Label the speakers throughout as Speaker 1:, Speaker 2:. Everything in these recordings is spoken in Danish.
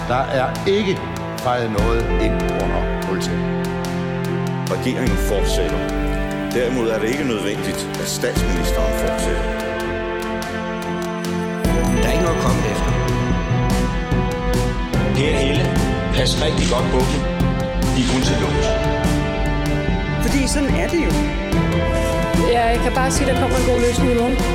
Speaker 1: Der er ikke fejret noget ind under politiet.
Speaker 2: Regeringen fortsætter. Derimod er det ikke nødvendigt, at statsministeren fortsætter.
Speaker 3: Der er ikke noget at komme efter. Per Helle, pas rigtig godt på dem. De er kun til lås.
Speaker 4: Fordi sådan er det jo.
Speaker 5: Ja, jeg kan bare sige, at der kommer en god løsning i morgen.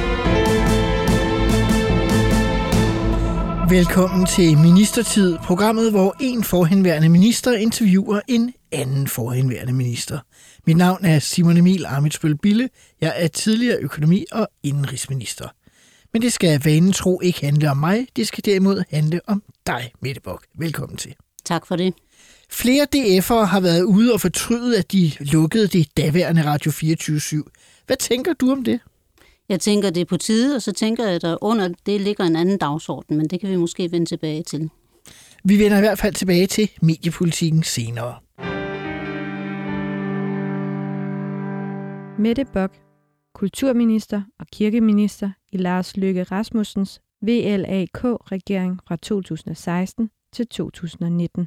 Speaker 6: Velkommen til Ministertid, programmet, hvor en forhenværende minister interviewer en anden forhenværende minister. Mit navn er Simon Emil Ammitzbøll-Bille. Jeg er tidligere økonomi- og indenrigsminister. Men det skal vanen tro ikke handle om mig, det skal derimod handle om dig, Mette Bock. Velkommen til.
Speaker 7: Tak for det.
Speaker 6: Flere DF'ere har været ude og fortrydet, at de lukkede det daværende Radio 24/7. Hvad tænker du om det?
Speaker 7: Jeg tænker, det er på tide, og så tænker jeg, at der under det ligger en anden dagsorden, men det kan vi måske vende tilbage til.
Speaker 6: Vi vender i hvert fald tilbage til mediepolitikken senere.
Speaker 8: Mette Bock, kulturminister og kirkeminister i Lars Løkke Rasmussens VLAK-regering fra 2016 til 2019.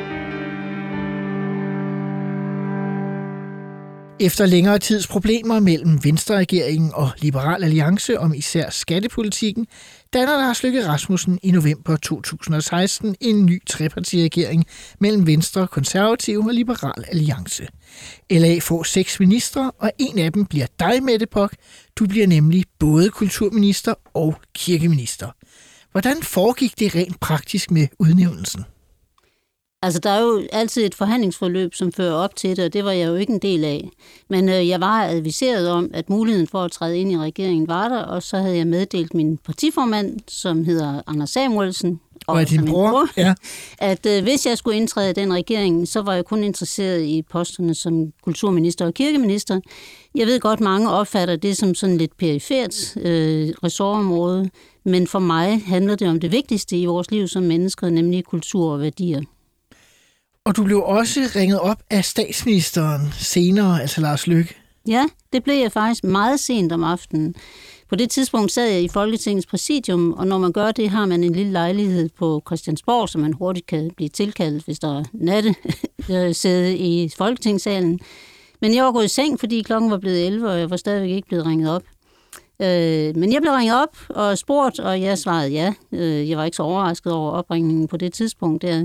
Speaker 6: Efter længere tids problemer mellem Venstre-regeringen og Liberal Alliance om især skattepolitikken, danner Lars Løkke Rasmussen i november 2016 en ny trepartiregering mellem Venstre, Konservative og Liberal Alliance. LA får 6 ministre, og en af dem bliver dig, Mette Bock. Du bliver nemlig både kulturminister og kirkeminister. Hvordan foregik det rent praktisk med udnævnelsen?
Speaker 7: Altså, der er jo altid et forhandlingsforløb, som fører op til det, og det var jeg jo ikke en del af. Men jeg var adviseret om, at muligheden for at træde ind i regeringen var der, og så havde jeg meddelt min partiformand, som hedder Anders Samuelsen,
Speaker 6: og din bror, ja.
Speaker 7: At hvis jeg skulle indtræde i den regering, så var jeg kun interesseret i posterne som kulturminister og kirkeminister. Jeg ved godt, mange opfatter det som sådan lidt perifert ressortområde, men for mig handler det om det vigtigste i vores liv som mennesker, nemlig kultur og værdier.
Speaker 6: Og du blev også ringet op af statsministeren senere, altså Lars Løkke.
Speaker 7: Ja, det blev jeg faktisk meget sent om aftenen. På det tidspunkt sad jeg i Folketingets præsidium, og når man gør det, har man en lille lejlighed på Christiansborg, så man hurtigt kan blive tilkaldt, hvis der er nattesæde i Folketingssalen. Men jeg var gået i seng, fordi klokken var blevet 11, og jeg var stadigvæk ikke blevet ringet op. Men jeg blev ringet op og spurgt, og jeg svarede ja. Jeg var ikke så overrasket over opringningen på det tidspunkt der.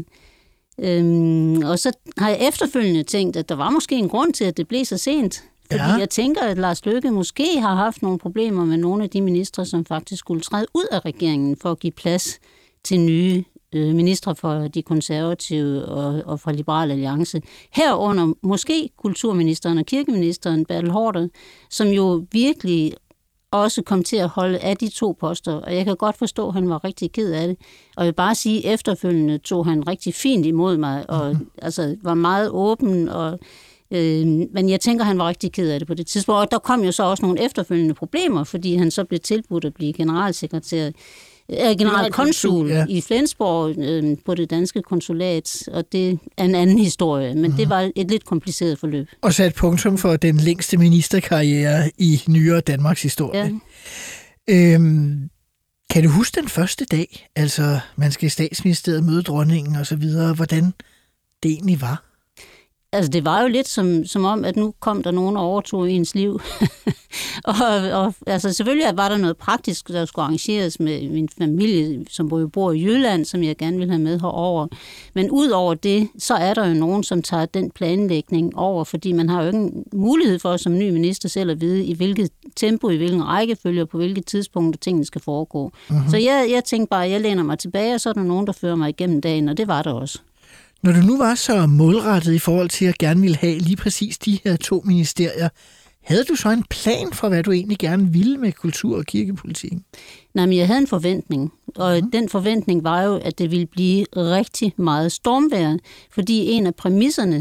Speaker 7: Og så har jeg efterfølgende tænkt, at der var måske en grund til, at det blev så sent. Fordi jeg tænker, at Lars Løkke måske har haft nogle problemer med nogle af de ministre, som faktisk skulle træde ud af regeringen for at give plads til nye ministre for de konservative og fra Liberal Alliance. Herunder måske kulturministeren og kirkeministeren, Bertel Haarder, som jo virkelig også kom til at holde af de 2 poster, og jeg kan godt forstå, at han var rigtig ked af det. Og jeg vil bare sige, at efterfølgende tog han rigtig fint imod mig, og altså var meget åben, og men jeg tænker, han var rigtig ked af det på det tidspunkt. Og der kom jo så også nogle efterfølgende problemer, fordi han så blev tilbudt at blive generalkonsul i Flensborg på det danske konsulat, og det er en anden historie, men det var et lidt kompliceret forløb.
Speaker 6: Og sat punktum for den længste ministerkarriere i nyere Danmarks historie. Ja. Kan du huske den første dag, altså man skal i statsministeriet møde dronningen og så videre, hvordan det egentlig var?
Speaker 7: Altså, det var jo lidt som om, at nu kom der nogen og overtog i ens liv. og altså, selvfølgelig var der noget praktisk, der skulle arrangeres med min familie, som bor i Jylland, som jeg gerne ville have med herover. Men ud over det, så er der jo nogen, som tager den planlægning over, fordi man har jo ikke mulighed for som ny minister selv at vide, i hvilket tempo, i hvilken rækkefølge og på hvilket tidspunkt tingene skal foregå. Så jeg tænkte bare, at jeg læner mig tilbage, og så er der nogen, der fører mig igennem dagen, og det var der også.
Speaker 6: Når du nu var så målrettet i forhold til at gerne ville have lige præcis de her 2 ministerier, havde du så en plan for, hvad du egentlig gerne ville med kultur- og kirkepolitikken?
Speaker 7: Nej, men jeg havde en forventning, og den forventning var jo, at det ville blive rigtig meget stormvejr, fordi en af præmisserne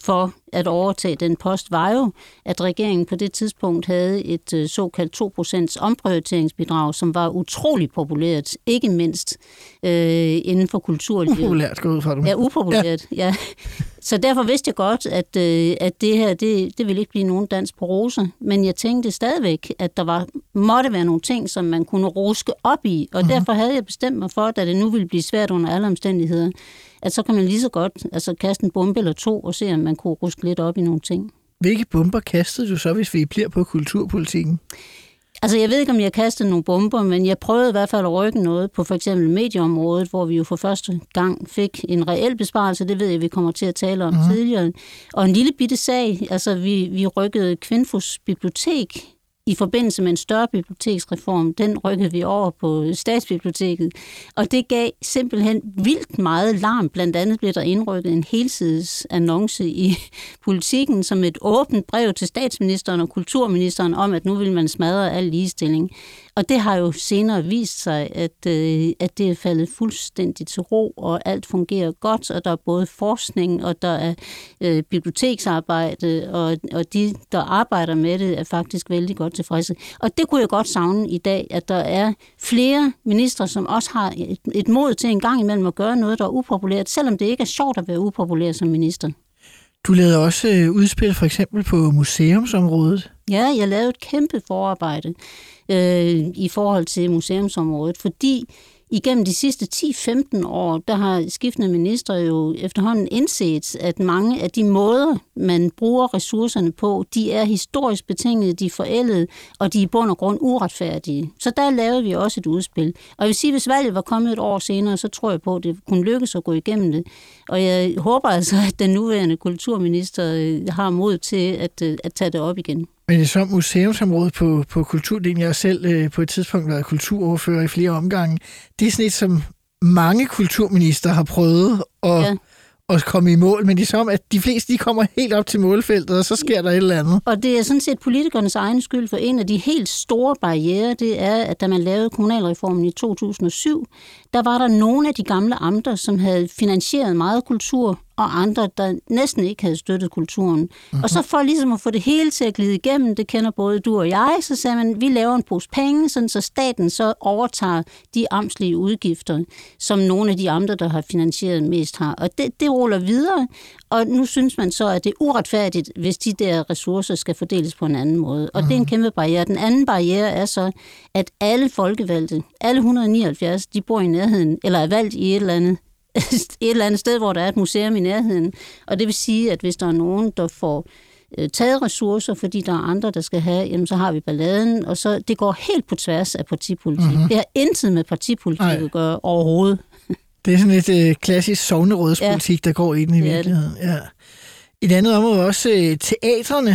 Speaker 7: for at overtage den post, var jo, at regeringen på det tidspunkt havde et såkaldt 2% omprioriteringsbidrag, som var utrolig populært, ikke mindst inden for kulturlivet.
Speaker 6: Upopulært, går ud fra det.
Speaker 7: Ja, upopulært, ja. Så derfor vidste jeg godt, at det her, det ville ikke blive nogen dans på roser, men jeg tænkte stadigvæk, at der måtte være nogle ting, som man kunne ruske op i, og derfor havde jeg bestemt mig for, at det nu ville blive svært under alle omstændigheder, at så kan man lige så godt kaste en bombe eller to og se, om man kunne ruske lidt op i nogle ting.
Speaker 6: Hvilke bomber kastede du så, hvis vi bliver på kulturpolitikken?
Speaker 7: Altså, jeg ved ikke, om jeg kastede nogle bomber, men jeg prøvede i hvert fald at rykke noget på for eksempel medieområdet, hvor vi jo for første gang fik en reel besparelse, det ved jeg, vi kommer til at tale om tidligere. Og en lille bitte sag, altså vi rykkede Kvinfos bibliotek i forbindelse med en større biblioteksreform, den rykkede vi over på Statsbiblioteket, og det gav simpelthen vildt meget larm. Blandt andet blev der indrykket en helsides annonce i Politikken som et åbent brev til statsministeren og kulturministeren om, at nu vil man smadre al ligestilling. Og det har jo senere vist sig, at det er faldet fuldstændig til ro, og alt fungerer godt, og der er både forskning, og der er biblioteksarbejde, og de, der arbejder med det, er faktisk vældig godt tilfredse. Og det kunne jeg godt savne i dag, at der er flere ministre, som også har et mod til en gang imellem at gøre noget, der er upopulært, selvom det ikke er sjovt at være upopulær som minister. Du
Speaker 6: lavede også udspil for eksempel på museumsområdet.
Speaker 7: Ja, jeg lavede et kæmpe forarbejde i forhold til museumsområdet, fordi igennem de sidste 10-15 år, der har skiftende ministre jo efterhånden indset, at mange af de måder, man bruger ressourcerne på, de er historisk betingede, de er forældede, og de er i bund og grund uretfærdige. Så der lavede vi også et udspil. Og jeg vil sige, hvis valget var kommet et år senere, så tror jeg på, at det kunne lykkes at gå igennem det. Og jeg håber altså, at den nuværende kulturminister har mod til at tage det op igen.
Speaker 6: Men det er som museumsområdet på kulturdelen. Jeg har selv på et tidspunkt været kulturordfører i flere omgange. Det er sådan et, som mange kulturminister har prøvet at komme i mål, men det er som, at de fleste de kommer helt op til målfeltet, og så sker der et eller andet.
Speaker 7: Og det er sådan set politikernes egen skyld, for en af de helt store barrierer, det er, at da man lavede kommunalreformen i 2007, der var der nogle af de gamle amter, som havde finansieret meget kultur, og andre, der næsten ikke havde støttet kulturen. Og så for ligesom at få det hele til at glide igennem, det kender både du og jeg, så sagde man, vi laver en pose penge, sådan så staten så overtager de amtslige udgifter, som nogle af de amter, der har finansieret mest har. Og det ruller videre, og nu synes man så, at det er uretfærdigt, hvis de der ressourcer skal fordeles på en anden måde. Og det er en kæmpe barriere. Den anden barriere er så, at alle folkevalgte, alle 179, de bor i nærheden, eller er valgt i et eller andet sted, hvor der er et museum i nærheden. Og det vil sige, at hvis der er nogen, der får taget ressourcer, fordi der er andre, der skal have, jamen så har vi balladen, og så det går helt på tværs af partipolitik. Det har intet med partipolitik at gøre overhovedet.
Speaker 6: Det er sådan et klassisk sognerådspolitik, der går i den i virkeligheden. Ja. Et andet område er også teatrene,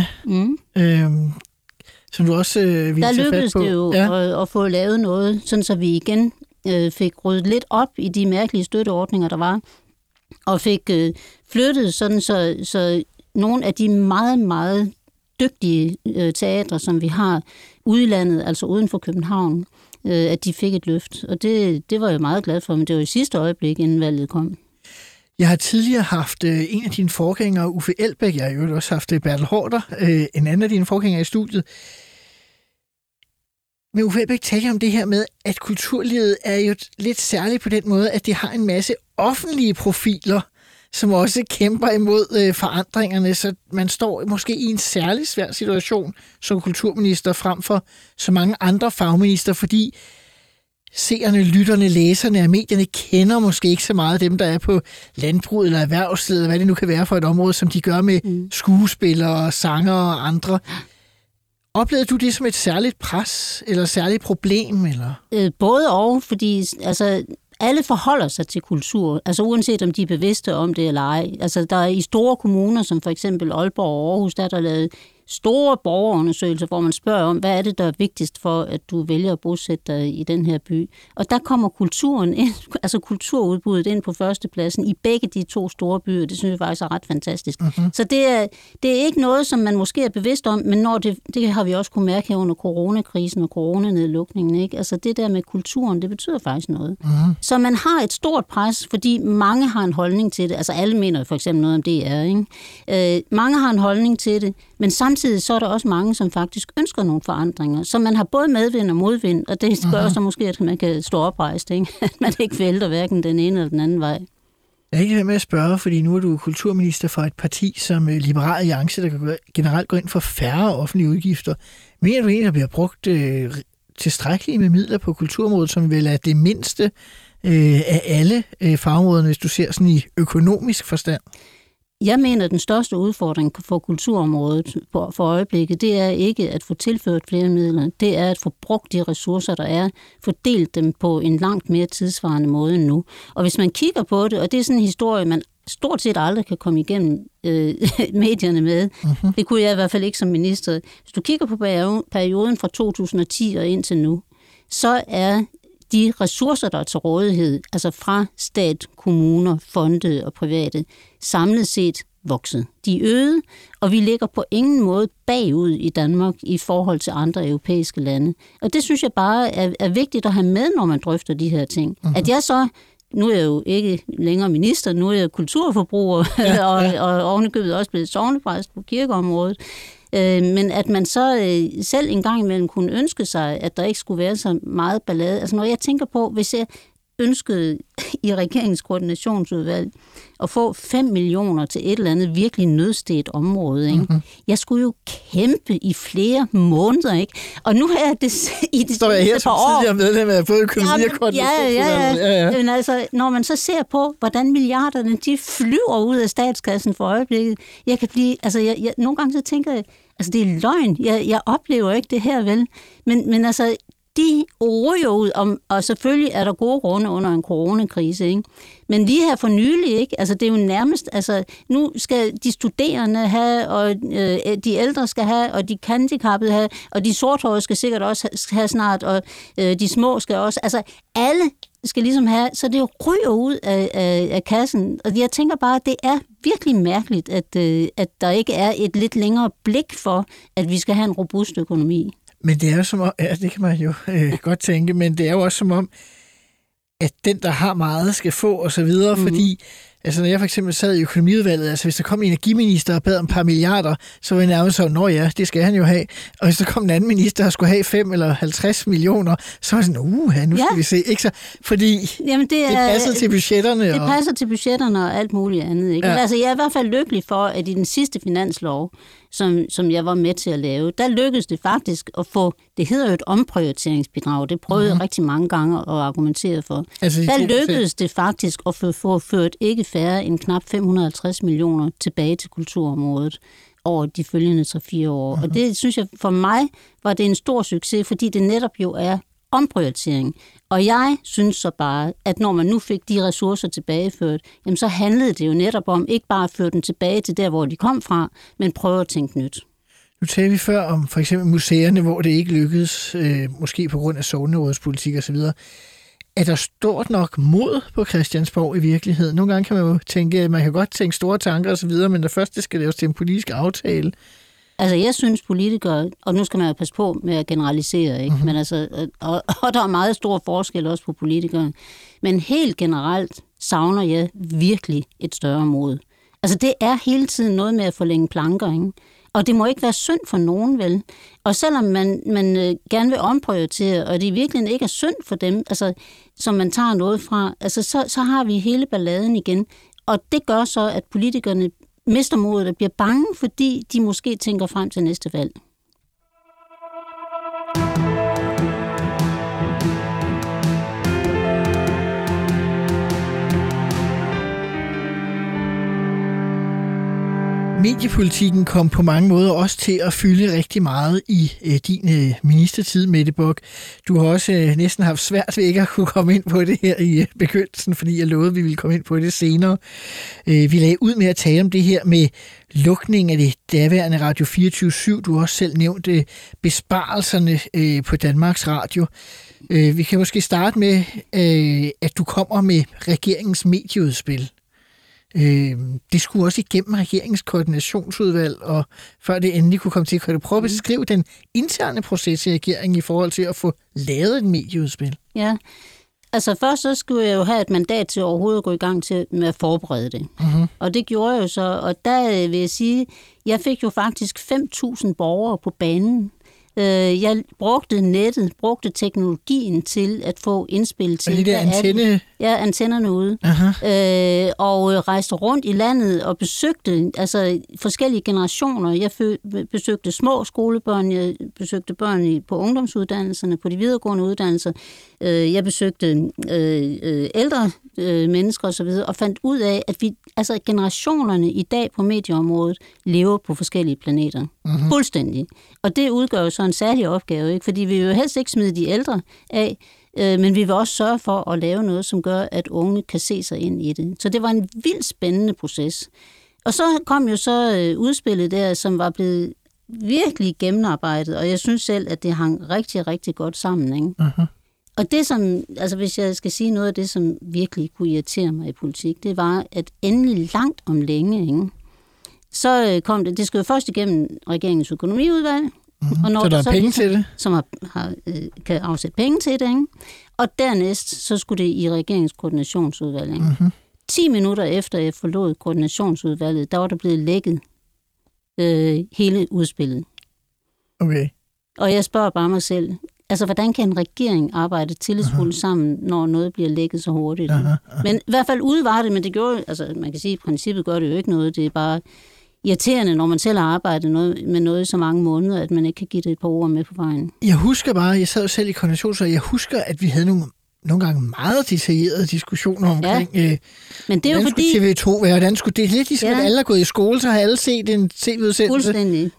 Speaker 6: som du også ville tage fat på. Der
Speaker 7: lykkedes det jo at få lavet noget, sådan så vi igen fik ryddet lidt op i de mærkelige støtteordninger, der var, og fik flyttet sådan, så nogle af de meget, meget dygtige teatre, som vi har ude i landet, altså uden for København, at de fik et løft. Og det var jeg meget glad for, men det var i sidste øjeblik, inden valget kom.
Speaker 6: Jeg har tidligere haft en af dine forgængere, Uffe Elbæk, jeg har jo også haft Bertel Haarder, en anden af dine forgængere i studiet. Men Uffe Elbæk taler om det her med, at kulturlivet er jo lidt særligt på den måde, at det har en masse offentlige profiler, som også kæmper imod forandringerne, så man står måske i en særlig svær situation som kulturminister frem for så mange andre fagminister, fordi seerne, lytterne, læserne af medierne kender måske ikke så meget dem, der er på landbruget eller erhvervslivet, hvad det nu kan være for et område, som de gør med skuespillere, sangere og andre. Oplevede du det som et særligt pres eller et særligt problem? Eller?
Speaker 7: Både og, fordi altså, alle forholder sig til kultur, altså uanset om de er bevidste om det eller ej. Altså der er i store kommuner, som for eksempel Aalborg og Aarhus, der lavet store borgerundersøgelser, hvor man spørger om, hvad er det, der er vigtigst for, at du vælger at bosætte dig i den her by. Og der kommer kulturen ind, altså kulturudbuddet ind på førstepladsen i begge de 2 store byer. Det synes jeg faktisk er ret fantastisk. Så det er ikke noget, som man måske er bevidst om, men når det har vi også kunne mærke her under coronakrisen og coronanedlukningen, ikke? Altså det der med kulturen, det betyder faktisk noget. Så man har et stort pres, fordi mange har en holdning til det. Altså alle mener for eksempel noget om DR, ikke? Mange har en holdning til det, men samtidig så er der også mange, som faktisk ønsker nogle forandringer. Så man har både medvind og modvind, og det gør så måske, at man kan stå oprejst, ikke? At man ikke vælter hverken den ene eller den anden vej.
Speaker 6: Jeg er ikke med at spørge, fordi nu er du kulturminister for et parti som Liberal Alliance, der generelt går ind for færre offentlige udgifter. Mener du egentlig, der bliver brugt tilstrækkeligt med midler på kulturområdet, som vel er det mindste af alle fagområderne, hvis du ser sådan i økonomisk forstand?
Speaker 7: Jeg mener, at den største udfordring for kulturområdet for øjeblikket, det er ikke at få tilført flere midler. Det er at få brugt de ressourcer, der er, fordelt dem på en langt mere tidsvarende måde end nu. Og hvis man kigger på det, og det er sådan en historie, man stort set aldrig kan komme igennem medierne med. Det kunne jeg i hvert fald ikke som minister. Hvis du kigger på perioden fra 2010 og indtil nu, så er de ressourcer, der er til rådighed, altså fra stat, kommuner, fonde og private, samlet set vokset. De er øget, og vi ligger på ingen måde bagud i Danmark i forhold til andre europæiske lande. Og det synes jeg bare er vigtigt at have med, når man drøfter de her ting. At jeg så, nu er jeg jo ikke længere minister, nu er jeg kulturforbruger, og ovenikøbet også blevet sognepræst på kirkeområdet. Men at man så selv en gang imellem kunne ønske sig, at der ikke skulle være så meget ballade. Altså når jeg tænker på, hvis jeg ønskede i regeringens koordinationsudvalg at få 5 millioner til et eller andet virkelig nødstedt område, ikke? Jeg skulle jo kæmpe i flere måneder, ikke? Og nu har jeg det i det
Speaker 6: står jeg her som tidligere medlem af både økonomi og koordinationsudvalget.
Speaker 7: Men altså, når man så ser på, hvordan milliarderne, de flyver ud af statskassen for øjeblikket, jeg kan blive, altså jeg nogle gange så tænker jeg, altså det er løgn, jeg oplever ikke det her vel, men altså, de ryger ud, og selvfølgelig er der gode grunde under en coronakrise, ikke? Men lige her for nylig, ikke? Altså det er jo nærmest, altså nu skal de studerende have, og de ældre skal have, og de handicappede have, og de sorthårede skal sikkert også have snart, og de små skal også, altså alle skal ligesom have, så det ryger ud af kassen. Og jeg tænker bare, at det er virkelig mærkeligt, at der ikke er et lidt længere blik for, at vi skal have en robust økonomi.
Speaker 6: Men det er jo som om, ja, det kan man jo godt tænke, men det er jo også som om, at den, der har meget, skal få og så videre, fordi altså, når jeg for eksempel sad i økonomiudvalget, altså hvis der kom en energiminister og bad om et par milliarder, så var jeg nærmest sådan, nå ja, det skal han jo have. Og hvis der kom en anden minister, der skulle have 5 eller 50 millioner, så var det sådan, nu skal vi se. Ikke så, fordi det passer til budgetterne.
Speaker 7: Det passer til budgetterne og alt muligt andet. Ikke? Ja. Altså, jeg er i hvert fald lykkelig for, at i den sidste finanslov, som jeg var med til at lave, der lykkedes det faktisk at få, det hedder jo et omprioriteringsbidrag, det prøvede jeg rigtig mange gange at argumentere for. Altså, der lykkedes det faktisk at få ført ikke færre end knap 550 millioner tilbage til kulturområdet over de følgende 3-4 år. Og det synes jeg, for mig var det en stor succes, fordi det netop jo er omprioritering. Og jeg synes så bare, at når man nu fik de ressourcer tilbageført, jamen så handlede det jo netop om ikke bare at føre dem tilbage til der, hvor de kom fra, men prøve at tænke nyt.
Speaker 6: Nu talte vi før om for eksempel museerne, hvor det ikke lykkedes, måske på grund af sognerådspolitik og så videre. Er der stort nok mod på Christiansborg i virkeligheden? Nogle gange kan man jo tænke, at man kan godt tænke store tanker og så videre, men der først skal det jo til en politisk aftale.
Speaker 7: Altså, jeg synes politikere, og nu skal man jo passe på med at generalisere, ikke? Men altså, og der er meget stor forskel også på politikere. Men helt generelt savner jeg virkelig et større mod. Altså, det er hele tiden noget med at forlænge planker, ikke? Og det må ikke være synd for nogen, vel? Og selvom man gerne vil omprioritere, og det virkelig ikke er synd for dem, altså, som man tager noget fra, altså, så har vi hele balladen igen. Og det gør så, at politikerne mister modet og bliver bange, fordi de måske tænker frem til næste valg.
Speaker 6: Mediepolitikken kom på mange måder også til at fylde rigtig meget i din ministertid, Mette Bock. Du har også næsten haft svært ved ikke at kunne komme ind på det her i begyndelsen, fordi jeg lovede, at vi ville komme ind på det senere. Vi lagde ud med at tale om det her med lukning af det daværende Radio 24/7. Du har også selv nævnt besparelserne på Danmarks Radio. Vi kan måske starte med, at du kommer med regeringens medieudspil. Det skulle også igennem regeringens koordinationsudvalg, og før det endelig kunne komme til, kan du prøve at beskrive den interne proces i regeringen i forhold til at få lavet et medieudspil?
Speaker 7: Ja, altså først så skulle jeg jo have et mandat til overhovedet at gå i gang med at forberede det. Mm-hmm. Og det gjorde jeg jo så, og der vil jeg sige, jeg fik jo faktisk 5.000 borgere på banen. Jeg brugte nettet, brugte teknologien til at få indspil til...
Speaker 6: Og de der antenne?
Speaker 7: Ja, antennerne ude. Og rejste rundt i landet og besøgte forskellige generationer. Jeg besøgte små skolebørn, jeg besøgte børn på ungdomsuddannelserne, på de videregående uddannelser. Jeg besøgte ældre mennesker osv. og fandt ud af, at generationerne i dag på medieområdet lever på forskellige planeter. Mm-hmm. Fuldstændig. Og det udgør jo så en særlig opgave, ikke? Fordi vi vil jo helst ikke smide de ældre af, men vi vil også sørge for at lave noget, som gør, at unge kan se sig ind i det. Så det var en vildt spændende proces. Og så kom jo så udspillet der, som var blevet virkelig gennemarbejdet, og jeg synes selv, at det hang rigtig, rigtig godt sammen, ikke? Uh-huh. Og det som, hvis jeg skal sige noget af det, som virkelig kunne irritere mig i politik, det var, at endelig langt om længe, ikke? Så kom det skal jo først igennem regeringens økonomiudvalg, og når
Speaker 6: så der er penge til det?
Speaker 7: Som kan afsætte penge til det, ikke? Og dernæst, så skulle det i regeringens koordinationsudvalg, ikke? Mm-hmm. 10 minutter efter jeg forlod koordinationsudvalget, der var der blevet lækket hele udspillet.
Speaker 6: Okay.
Speaker 7: Og jeg spørger bare mig selv, hvordan kan en regering arbejde tillidsfuldt sammen, når noget bliver lækket så hurtigt? Men i hvert fald ude var det, men det gjorde, man kan sige, at i princippet gør det jo ikke noget. Det er bare irriterende, når man selv har arbejdet med noget i så mange måneder, at man ikke kan give det et par ord med på vejen.
Speaker 6: Jeg husker bare, jeg sad jo selv i koordinationsudvalget, jeg husker, at vi havde nogle gange meget detaljerede diskussioner omkring,
Speaker 7: men det er jo
Speaker 6: hvordan
Speaker 7: fordi...
Speaker 6: skulle TV2 være, hvordan skulle det er lidt ligesom, at alle er gået i skole, så har alle set en tv-udsendelse.
Speaker 7: Fuldstændig.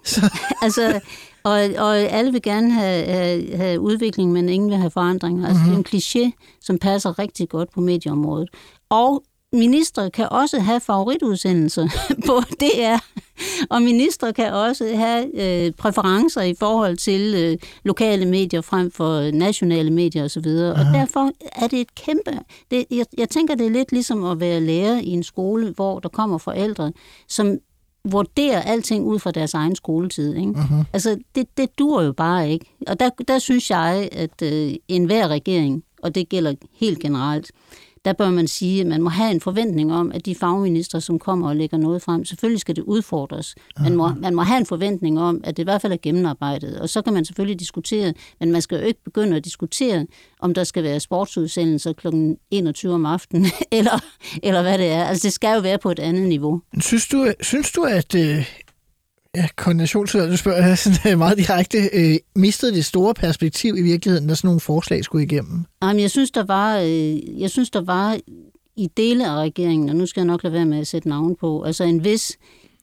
Speaker 7: Og alle vil gerne have udvikling, men ingen vil have forandringer. Altså, det er en kliché, som passer rigtig godt på medieområdet. Og ministre kan også have favoritudsendelser på DR, og ministre kan også have præferencer i forhold til lokale medier frem for nationale medier osv. Og derfor er det et kæmpe... Jeg tænker, det er lidt ligesom at være lærer i en skole, hvor der kommer forældre, som vurderer alting ud fra deres egen skoletid. Ikke? Det dur jo bare ikke. Og der synes jeg, at enhver regering, og det gælder helt generelt, der bør man sige, at man må have en forventning om, at de fagministre, som kommer og lægger noget frem, selvfølgelig skal det udfordres. Man må have en forventning om, at det i hvert fald er gennemarbejdet. Og så kan man selvfølgelig diskutere, men man skal jo ikke begynde at diskutere, om der skal være sportsudsendelser kl. 21 om aftenen, eller hvad det er. Det skal jo være på et andet niveau.
Speaker 6: Synes du at... koordinationsudvalget, du spørger sådan meget direkte, mistede det store perspektiv i virkeligheden, når sådan nogle forslag skulle igennem?
Speaker 7: Jamen, jeg synes, der var i dele af regeringen, og nu skal jeg nok lade være med at sætte navn på, et vist,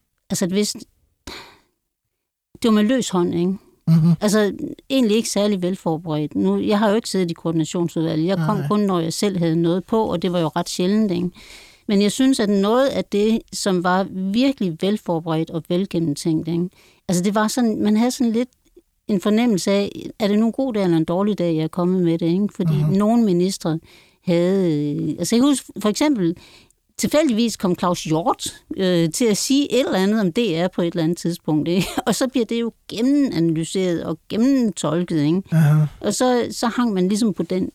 Speaker 7: det var med løs hånd, ikke? Mm-hmm. Egentlig ikke særlig velforberedt. Nu, jeg har jo ikke siddet i koordinationsudvalget. Jeg kom kun, når jeg selv havde noget på, og det var jo ret sjældent, ikke? Men jeg synes, at noget af det, som var virkelig velforberedt og velgennemtænkt, ikke? Det var sådan, man havde sådan lidt en fornemmelse af, er det nu en god dag eller en dårlig dag, jeg er kommet med det, ikke? Fordi nogle ministre havde... jeg husker for eksempel, tilfældigvis kom Claus Hjort til at sige et eller andet om DR på et eller andet tidspunkt, ikke? Og så bliver det jo gennemanalyseret og gennemtolket, ikke? Og så hang man ligesom på den.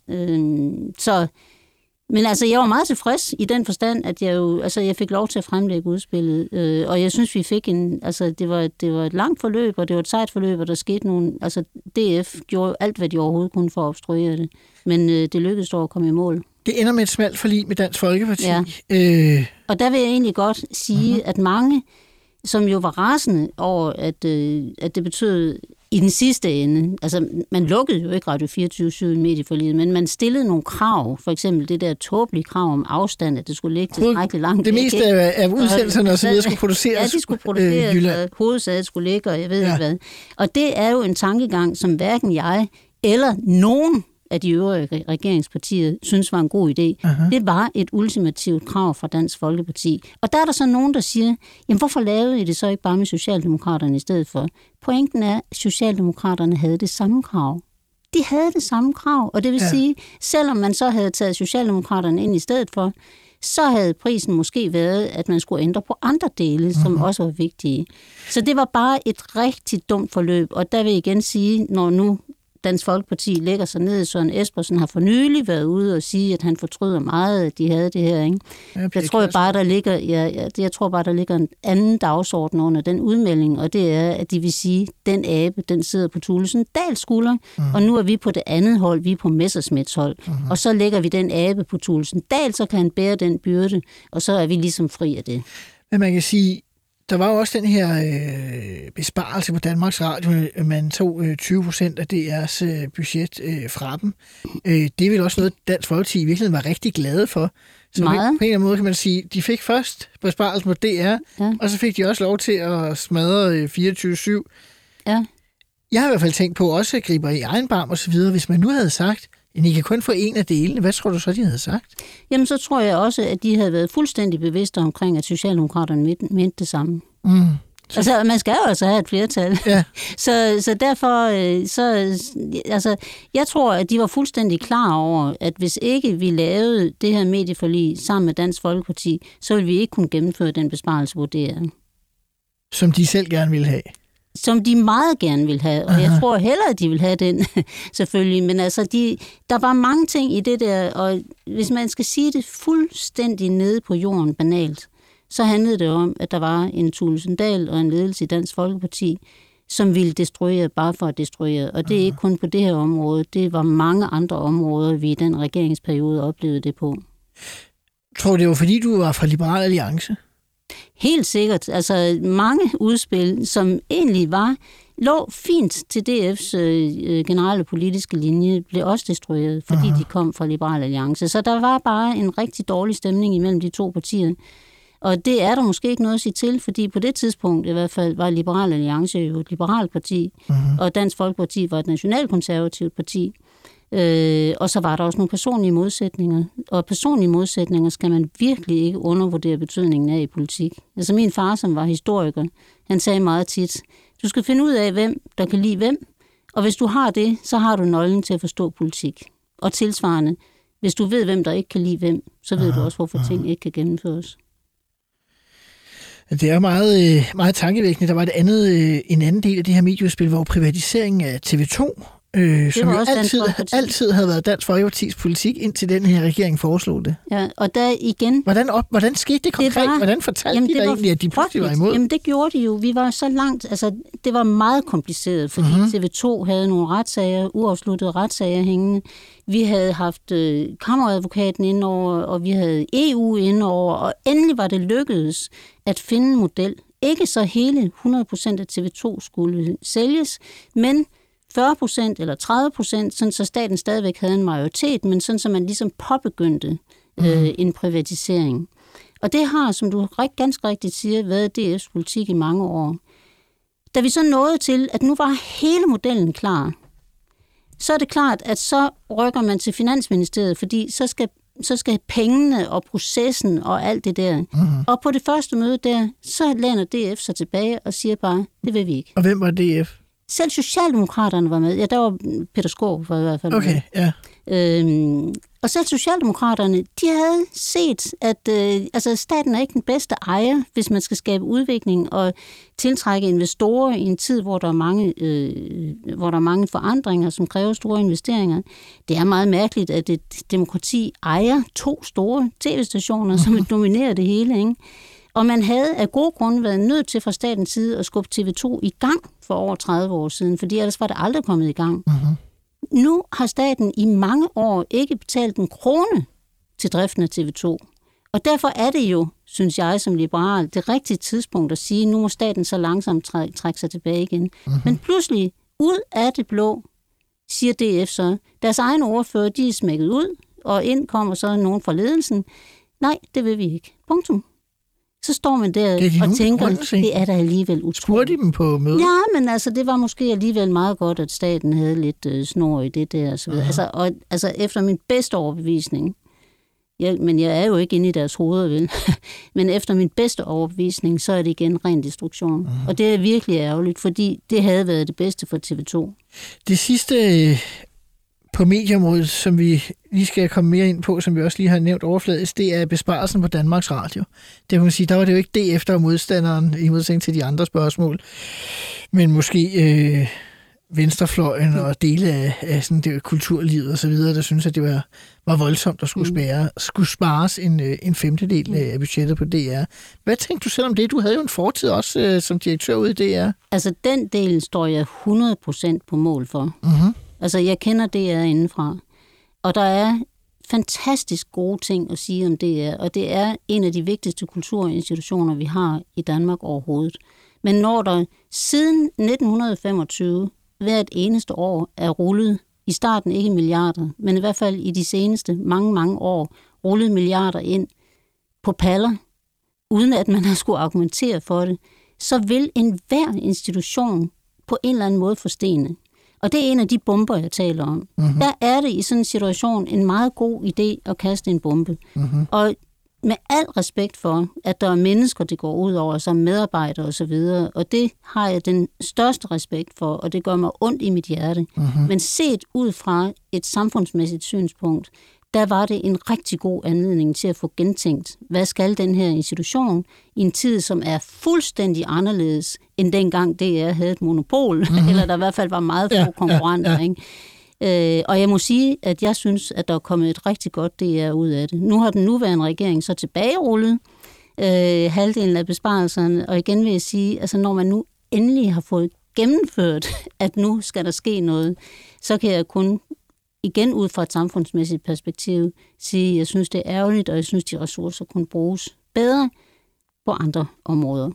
Speaker 7: Men jeg var meget tilfreds i den forstand, at jeg fik lov til at fremlægge udspillet, og jeg synes, vi fik det var et langt forløb, og det var et sejt forløb, og der skete nogle, DF gjorde alt, hvad de overhovedet kunne for at obstruere det, men det lykkedes dog at komme i mål.
Speaker 6: Det ender med et smalt forlig med Dansk Folkeparti. Ja.
Speaker 7: Og der vil jeg egentlig godt sige, at mange, som jo var rasende over, at det betød I den sidste ende, altså man lukkede jo ikke Radio 24/7 i medieforliget, men man stillede nogle krav, for eksempel det der tåbelige krav om afstand, at det skulle ligge tilstrækkeligt langt.
Speaker 6: Det meste af udsendelserne og så videre skulle produceres.
Speaker 7: Ja, de skulle produceres, og hovedsædet skulle ligge, og jeg ved ikke hvad. Og det er jo en tankegang, som hverken jeg eller nogen af de øvrige regeringspartier synes var en god idé. Det var et ultimativt krav fra Dansk Folkeparti. Og der er der så nogen, der siger, jamen hvorfor lavede I det så ikke bare med Socialdemokraterne i stedet for? Pointen er, at Socialdemokraterne havde det samme krav. De havde det samme krav, og det vil sige, selvom man så havde taget Socialdemokraterne ind i stedet for, så havde prisen måske været, at man skulle ændre på andre dele, som også var vigtige. Så det var bare et rigtig dumt forløb, og der vil jeg igen sige, når nu Dansk Folkeparti lægger sig ned, Søren Espersen har for nylig været ude og sige, at han fortryder meget, at de havde det her. Ikke? Jeg tror bare, der ligger en anden dagsorden under den udmelding, og det er, at de vil sige, at den abe, den sidder på Thulesen Dahls skulder, og nu er vi på det andet hold, vi er på Messerschmidts hold, og så lægger vi den abe på Thulesen Dahl, så kan han bære den byrde, og så er vi ligesom fri af det.
Speaker 6: Men man kan sige, der var jo også den her besparelse på Danmarks Radio. Man tog 20% af DR's budget fra dem. Det er vel også noget, Dansk Folkeparti i virkeligheden var rigtig glade for. Så på en eller anden måde kan man sige, de fik først besparelsen på DR, og så fik de også lov til at smadre 24/7.
Speaker 7: Ja.
Speaker 6: Jeg har i hvert fald tænkt på også at gribe i egen barm og så videre. Hvis man nu havde sagt, at I kan kun få en af delene, hvad tror du så, de havde sagt? Jamen,
Speaker 7: så tror jeg også, at de havde været fuldstændig bevidste omkring, at Socialdemokraterne mente det samme. Altså, man skal jo altså have et flertal.
Speaker 6: Ja.
Speaker 7: så derfor, jeg tror, at de var fuldstændig klar over, at hvis ikke vi lavede det her medieforlig sammen med Dansk Folkeparti, så ville vi ikke kunne gennemføre den besparelse på DR.
Speaker 6: Som de selv gerne ville have.
Speaker 7: Som de meget gerne vil have, og jeg tror heller, at de vil have den, selvfølgelig. Men altså, der var mange ting i det der, og hvis man skal sige det fuldstændig nede på jorden banalt, så handlede det om, at der var en Thulesen Dahl og en ledelse i Dansk Folkeparti, som ville destruere bare for at destruere. Og det er ikke kun på det her område, det var mange andre områder, vi i den regeringsperiode oplevede det på.
Speaker 6: Tror du, det var fordi, du var fra Liberal Alliance?
Speaker 7: Helt sikkert. Altså mange udspil, som egentlig lå fint til DF's generelle politiske linje, blev også destrueret, fordi de kom fra Liberal Alliance. Så der var bare en rigtig dårlig stemning imellem de to partier. Og det er der måske ikke noget at sige til, fordi på det tidspunkt i hvert fald var Liberal Alliance jo et liberalt parti, og Dansk Folkeparti var et nationalkonservativt parti. Og så var der også nogle personlige modsætninger. Og personlige modsætninger skal man virkelig ikke undervurdere betydningen af i politik. Altså min far, som var historiker, han sagde meget tit, du skal finde ud af, hvem der kan lide hvem, og hvis du har det, så har du nøglen til at forstå politik. Og tilsvarende, hvis du ved, hvem der ikke kan lide hvem, så ved du også, hvorfor ting ikke kan gennemføres.
Speaker 6: Det er meget, meget tankevækkende. Der var en anden del af det her medieudspil, hvor privatiseringen af TV2, som jo altid havde været Dansk Folkepartis politik, indtil den her regering foreslog det.
Speaker 7: Ja, og der igen...
Speaker 6: Hvordan skete det konkret? Hvordan fortalte de dig egentlig, at de pludselig var imod?
Speaker 7: Jamen, det gjorde de jo. Vi var så langt... Altså, det var meget kompliceret, fordi TV2 havde nogle retssager, uafsluttede retssager hængende. Vi havde haft kammeradvokaten indover, og vi havde EU indover, og endelig var det lykkedes at finde en model. Ikke så hele 100% af TV2 skulle sælges, men 40% eller 30%, sådan så staten stadigvæk havde en majoritet, men sådan så man ligesom påbegyndte en privatisering. Og det har, som du ganske rigtigt siger, været DF's politik i mange år. Da vi så nåede til, at nu var hele modellen klar, så er det klart, at så rykker man til Finansministeriet, fordi så skal pengene og processen og alt det der. Og på det første møde der, så læner DF sig tilbage og siger bare, det vil vi ikke.
Speaker 6: Og hvem var DF?
Speaker 7: Selv Socialdemokraterne var med. Ja, der var Peter Skaarup i hvert fald.
Speaker 6: Okay, ja.
Speaker 7: Og selv Socialdemokraterne, de havde set, at staten er ikke den bedste ejer, hvis man skal skabe udvikling og tiltrække investorer i en tid, hvor der er mange forandringer, som kræver store investeringer. Det er meget mærkeligt, at et demokrati ejer 2 store tv-stationer, som dominerer det hele, ikke? Og man havde af gode grunde været nødt til fra statens side at skubbe TV2 i gang for over 30 år siden, fordi ellers var det aldrig kommet i gang. Nu har staten i mange år ikke betalt en krone til driften af TV2. Og derfor er det jo, synes jeg som liberal, det rigtige tidspunkt at sige, nu må staten så langsomt trække sig tilbage igen. Men pludselig ud af det blå, siger DF så. Deres egne ordfører, de er smækket ud, og ind kommer så nogen fra ledelsen. Nej, det vil vi ikke. Punktum. Så står man der og tænker, det er der alligevel utroligt.
Speaker 6: Spurgte de dem på mødet?
Speaker 7: Ja, men altså, det var måske alligevel meget godt, at staten havde lidt snor i det der. Så altså, efter min bedste overbevisning, men jeg er jo ikke inde i deres hoveder, vel? Men efter min bedste overbevisning, så er det igen ren destruktion. Og det er virkelig ærgerligt, fordi det havde været det bedste for TV2.
Speaker 6: Det sidste på medieområdet, som vi lige skal komme mere ind på, som vi også lige har nævnt overfladisk, det er besparelsen på Danmarks Radio. Det kan man sige, der var det jo ikke det efter modstanderen, i modsætning til de andre spørgsmål, men måske venstrefløjen og dele af sådan det kulturlivet og så videre, der synes, at det var voldsomt at skulle spares en femtedel af budgettet på DR. Hvad tænkte du selv om det? Du havde jo en fortid også som direktør ude i DR.
Speaker 7: Altså, den del står jeg 100% på mål for. Altså, jeg kender DR indenfra. Og der er fantastisk gode ting at sige om DR, og det er en af de vigtigste kulturinstitutioner, vi har i Danmark overhovedet. Men når der siden 1925 hvert eneste år er rullet, i starten ikke milliarder, men i hvert fald i de seneste mange år, rullet milliarder ind på paller, uden at man har skulle argumentere for det, så vil enhver institution på en eller anden måde forstene. Og det er en af de bomber, jeg taler om. Der er det i sådan en situation en meget god idé at kaste en bombe. Og med al respekt for, at der er mennesker, det går ud over, som medarbejdere og så videre, og det har jeg den største respekt for, og det gør mig ondt i mit hjerte. Men set ud fra et samfundsmæssigt synspunkt, der var det en rigtig god anledning til at få gentænkt, hvad skal den her institution i en tid, som er fuldstændig anderledes, end dengang DR havde et monopol, eller der i hvert fald var meget få konkurrenter, ikke? Og jeg må sige, at jeg synes, at der er kommet et rigtig godt DR ud af det. Nu har den nuværende regering så tilbagerullet halvdelen af besparelserne, og igen vil jeg sige, altså når man nu endelig har fået gennemført, at nu skal der ske noget, så kan jeg kun igen ud fra et samfundsmæssigt perspektiv sige, at jeg synes, det er ærgerligt, og jeg synes, de ressourcer kunne bruges bedre på andre områder.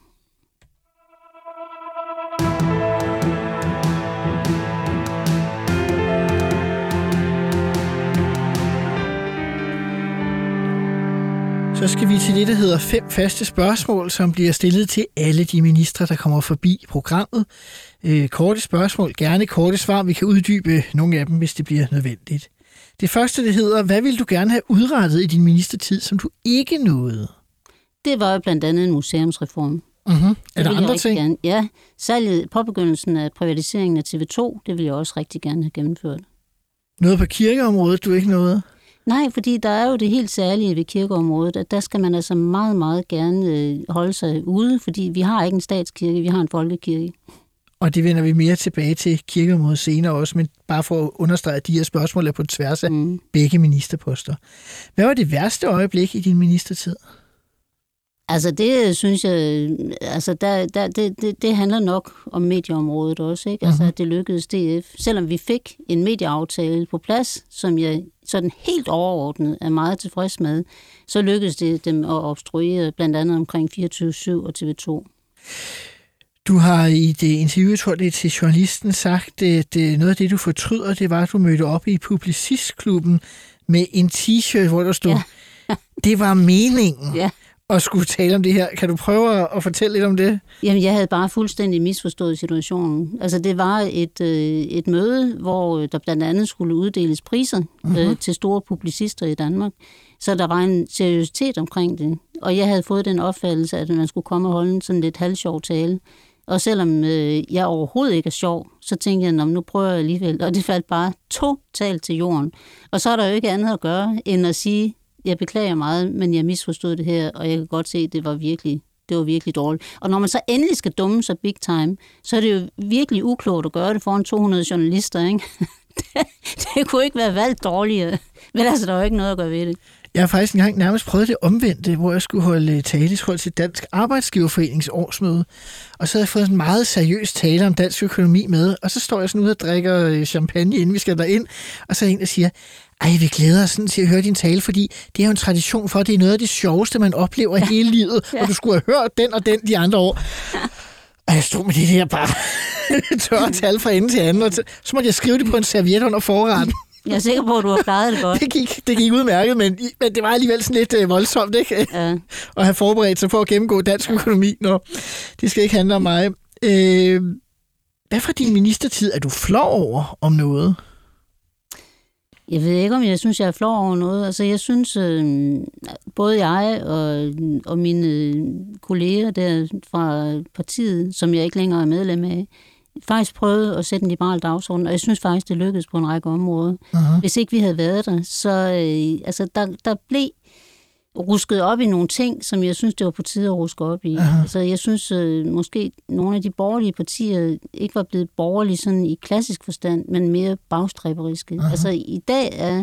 Speaker 6: Så skal vi til det, der hedder 5 faste spørgsmål, som bliver stillet til alle de ministre, der kommer forbi programmet. Korte spørgsmål, gerne korte svar. Vi kan uddybe nogle af dem, hvis det bliver nødvendigt. Det første, det hedder, hvad vil du gerne have udrettet i din ministertid, som du ikke nåede?
Speaker 7: Det var jo blandt andet en museumsreform.
Speaker 6: Er der andre ting?
Speaker 7: Gerne. Ja, salget, påbegyndelsen af privatiseringen af TV2, det vil jeg også rigtig gerne have gennemført.
Speaker 6: Noget på kirkeområdet, du ikke nåede?
Speaker 7: Nej, fordi der er jo det helt særlige ved kirkeområdet, at der skal man altså meget, meget gerne holde sig ude, fordi vi har ikke en statskirke, vi har en folkekirke.
Speaker 6: Og det vender vi mere tilbage til kirkeområdet senere også, men bare for at understrege, at de her spørgsmål er på tværs af begge ministerposter. Hvad var det værste øjeblik i din ministertid?
Speaker 7: Altså det synes jeg, altså det handler nok om medieområdet også, ikke? Altså at det lykkedes DF. Selvom vi fik en medieaftale på plads, som jeg sådan helt overordnet er meget tilfreds med, så lykkedes det dem at obstruere blandt andet omkring 24/7 og TV2.
Speaker 6: Du har i det interview, jeg tror det er til journalisten, sagt, at noget af det, du fortryder, det var, at du mødte op i Publicistklubben med en t-shirt, hvor der stod, det var meningen. Ja. Og skulle tale om det her. Kan du prøve at fortælle lidt om det?
Speaker 7: Jamen, jeg havde bare fuldstændig misforstået situationen. Altså, det var et møde, hvor der blandt andet skulle uddeles priser til store publicister i Danmark. Så der var en seriøsitet omkring det. Og jeg havde fået den opfattelse, at man skulle komme og holde en sådan lidt halvsjov tale. Og selvom jeg overhovedet ikke er sjov, så tænkte jeg, nu prøver jeg alligevel. Og det faldt bare totalt til jorden. Og så er der jo ikke andet at gøre, end at sige, jeg beklager meget, men jeg misforstod det her, og jeg kan godt se, at det var virkelig dårligt. Og når man så endelig skal dumme sig big time, så er det jo virkelig uklogt at gøre det foran 200 journalister, ikke? Det kunne ikke være valgt dårligere, men altså, der er jo ikke noget at gøre ved det.
Speaker 6: Jeg har faktisk engang nærmest prøvet det omvendte, hvor jeg skulle holde tale til Dansk Arbejdsgiverforenings årsmøde, og så havde jeg fået en meget seriøs tale om dansk økonomi med, og så står jeg sådan ude og drikker champagne, inden vi skal derind, og så er en, der siger, vi glæder os sådan til at høre din tale, fordi det er jo en tradition for, at det er noget af det sjoveste, man oplever hele livet, og du skulle have hørt den og den de andre år. Og jeg stod med det her bare tørre tal fra ende til anden, og så måtte jeg skrive det på en serviet under forretten.
Speaker 7: Jeg er sikker på, at du har klaret det godt.
Speaker 6: Det gik udmærket, men det var alligevel sådan lidt voldsomt, ikke? Ja. At have forberedt sig for at gennemgå dansk økonomi. Nå, det skal ikke handle om mig. Hvad for din ministertid er du flov over om noget?
Speaker 7: Jeg ved ikke, om jeg synes, jeg er flov over noget. Altså, jeg synes, både jeg og mine kolleger der fra partiet, som jeg ikke længere er medlem af, faktisk prøvede at sætte en liberal dagsorden, og jeg synes faktisk, det lykkedes på en række områder. Uh-huh. Hvis ikke vi havde været der, så der blev rusket op i nogle ting, som jeg synes, det var på tide at ruske op i. Uh-huh. Altså, jeg synes måske, nogle af de borgerlige partier ikke var blevet borgerlige sådan i klassisk forstand, men mere bagstræberiske. Uh-huh. Altså, i dag er,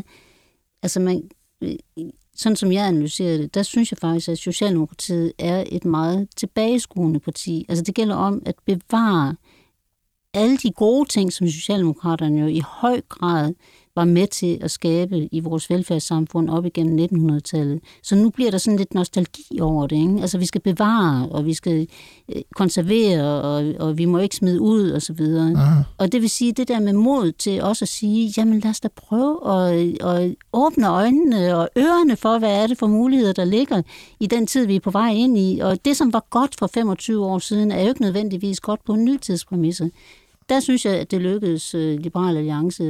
Speaker 7: sådan som jeg analyserer det, der synes jeg faktisk, at Socialdemokratiet er et meget tilbageskuende parti. Altså, det gælder om at bevare alle de gode ting, som Socialdemokraterne jo i høj grad var med til at skabe i vores velfærdssamfund op igennem 1900-tallet. Så nu bliver der sådan lidt nostalgi over det, ikke? Altså, vi skal bevare, og vi skal konservere, og vi må ikke smide ud, og så videre. Aha. Og det vil sige, det der med mod til også at sige, jamen lad os da prøve at åbne øjnene og ørerne for, hvad er det for muligheder, der ligger i den tid, vi er på vej ind i. Og det, som var godt for 25 år siden, er jo ikke nødvendigvis godt på en nytidspræmisse. Der synes jeg, at det lykkedes Liberal Alliance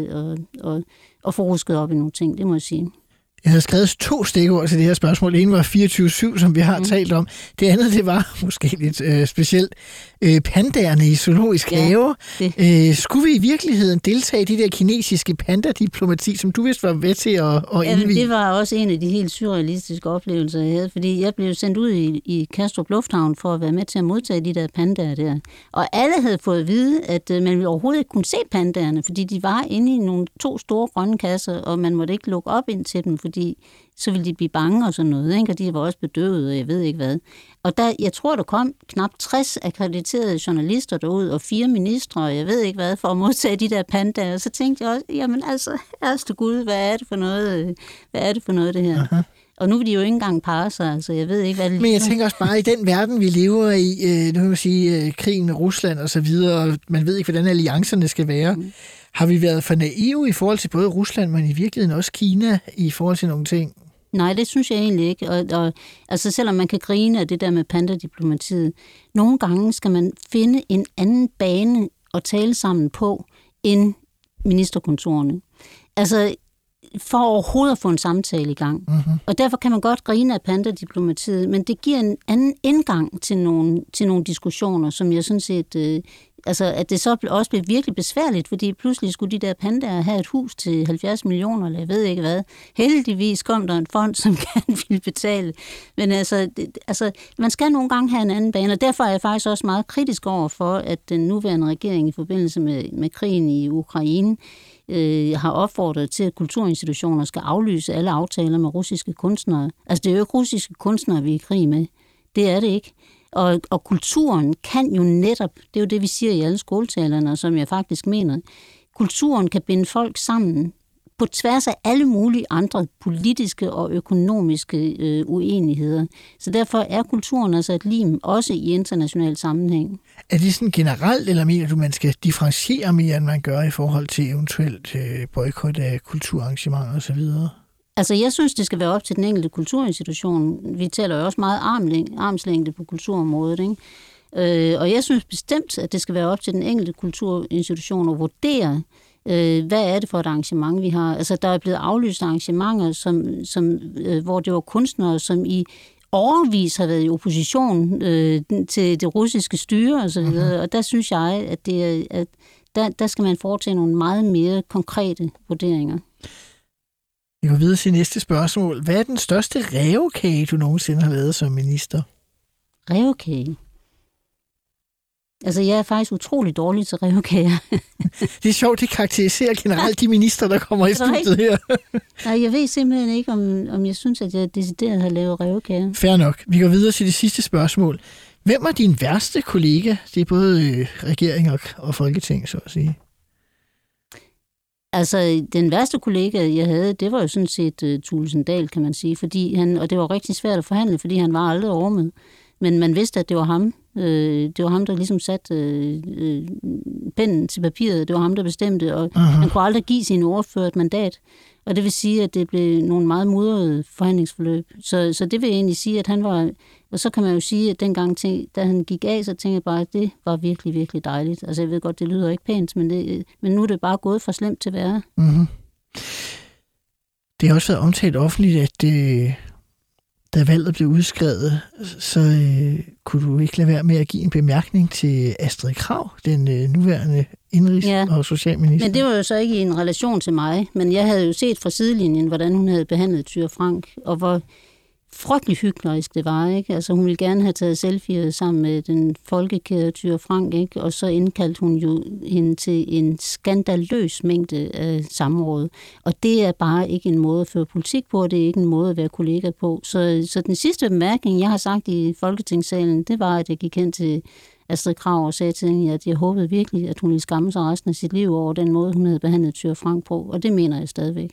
Speaker 7: at få rusket op i nogle ting, det må jeg sige.
Speaker 6: Jeg havde skrevet 2 stikord til det her spørgsmål. Det ene var 24/7, som vi har talt om. Det andet, det var måske lidt specielt pandaerne i zoologisk have. Skulle vi i virkeligheden deltage i de der kinesiske pandadiplomati, som du vist var ved til at indvige?
Speaker 7: Det var også en af de helt surrealistiske oplevelser, jeg havde, fordi jeg blev sendt ud i Kastrup Lufthavn for at være med til at modtage de der pandaer der. Og alle havde fået at vide, at man overhovedet ikke kunne se pandaerne, fordi de var inde i nogle 2 store grønne kasser, og man måtte ikke lukke op ind til dem, fordi så ville de blive bange og sådan noget, ikke? Og de var også bedøvet, og jeg ved ikke hvad. Og jeg tror, der kom knap 60 akkrediterede journalister derud, og 4 ministre, og jeg ved ikke hvad, for at modtage de der pandaer. Og så tænkte jeg også, jamen altså, ærste Gud, hvad er det for noget, det her? Aha. Og nu vil de jo ikke engang parre sig, altså jeg ved ikke, hvad det
Speaker 6: Men jeg tænker også bare, i den verden, vi lever i, nu kan man sige, krigen med Rusland og så videre, og man ved ikke, hvordan alliancerne skal være. Har vi været for naive i forhold til både Rusland, men i virkeligheden også Kina i forhold til nogle ting?
Speaker 7: Nej, det synes jeg egentlig ikke. Og altså selvom man kan grine af det der med pandadiplomatiet, nogle gange skal man finde en anden bane at tale sammen på end ministerkontorene. Altså for overhovedet at få en samtale i gang. Uh-huh. Og derfor kan man godt grine af pandadiplomatiet, men det giver en anden indgang til nogle diskussioner, som jeg sådan set... at det så også blev virkelig besværligt, fordi pludselig skulle de der pandaer have et hus til 70 millioner, eller jeg ved ikke hvad. Heldigvis kom der en fond, som gerne ville betale. Men man skal nogle gange have en anden bane, og derfor er jeg faktisk også meget kritisk over for, at den nuværende regering i forbindelse med krigen i Ukraine har opfordret til, at kulturinstitutioner skal aflyse alle aftaler med russiske kunstnere. Altså det er jo ikke russiske kunstnere, vi er i krig med. Det er det ikke. Og kulturen kan jo netop, det er jo det, vi siger i alle skoletalerne, som jeg faktisk mener, kulturen kan binde folk sammen på tværs af alle mulige andre politiske og økonomiske uenigheder. Så derfor er kulturen altså et lim, også i international sammenhæng. Er
Speaker 6: det sådan generelt, eller mener du, man skal differentiere mere, end man gør i forhold til eventuelt boykot af kulturarrangementer osv.?
Speaker 7: Altså, jeg synes, det skal være op til den enkelte kulturinstitution. Vi taler jo også meget armslængde på kulturområdet, ikke? Og jeg synes bestemt, at det skal være op til den enkelte kulturinstitution at vurdere, hvad er det for et arrangement, vi har. Altså, der er blevet aflyst arrangementer, hvor det var kunstnere, som i årevis har været i opposition til det russiske styre og så videre. Og der synes jeg, at der skal man foretage nogle meget mere konkrete vurderinger.
Speaker 6: Vi går videre til næste spørgsmål. Hvad er den største rævekage, du nogensinde har lavet som minister?
Speaker 7: Rævekage? Altså, jeg er faktisk utrolig dårlig til rævekager.
Speaker 6: Det er sjovt, det karakteriserer generelt de minister, der kommer i studiet her.
Speaker 7: Nej, jeg ved simpelthen ikke, om jeg synes, at jeg decideret har lavet rævekager.
Speaker 6: Fair nok. Vi går videre til det sidste spørgsmål. Hvem er din værste kollega? Det er både regering og folketing, så at sige.
Speaker 7: Altså, den værste kollega, jeg havde, det var jo sådan set Thulesen Dahl, kan man sige, og det var rigtig svært at forhandle, fordi han var aldrig ormet. Men man vidste, at det var ham, Det var ham, der ligesom satte pennen til papiret. Det var ham, der bestemte, og han kunne aldrig give sin ordfører et mandat. Og det vil sige, at det blev nogle meget mudrede forhandlingsforløb. Så det vil jeg egentlig sige, at han var... Og så kan man jo sige, at dengang, da han gik af, så tænkte jeg bare, at det var virkelig, virkelig dejligt. Altså jeg ved godt, det lyder ikke pænt, men nu er det bare gået fra slemt til værre. Mm-hmm.
Speaker 6: Det har også været omtalt offentligt, at da valget blev udskrevet, så kunne du ikke lade være med at give en bemærkning til Astrid Krag, den nuværende indrigs- og socialminister.
Speaker 7: Men det var jo så ikke i en relation til mig, men jeg havde jo set fra sidelinjen, hvordan hun havde behandlet Thyra Frank, og hvor frygtelig hyklerisk det var, ikke? Altså hun ville gerne have taget selfie'er sammen med den folkekære Thyra Frank, ikke? Og så indkaldte hun jo hende til en skandaløs mængde af samråd. Og det er bare ikke en måde at føre politik på, det er ikke en måde at være kollega på. Så den sidste bemærkning, jeg har sagt i Folketingssalen, det var, at jeg gik hen til Astrid Krag og sagde til hende, at jeg håbede virkelig, at hun ville skamme sig resten af sit liv over den måde, hun havde behandlet Thyra Frank på. Og det mener jeg stadigvæk.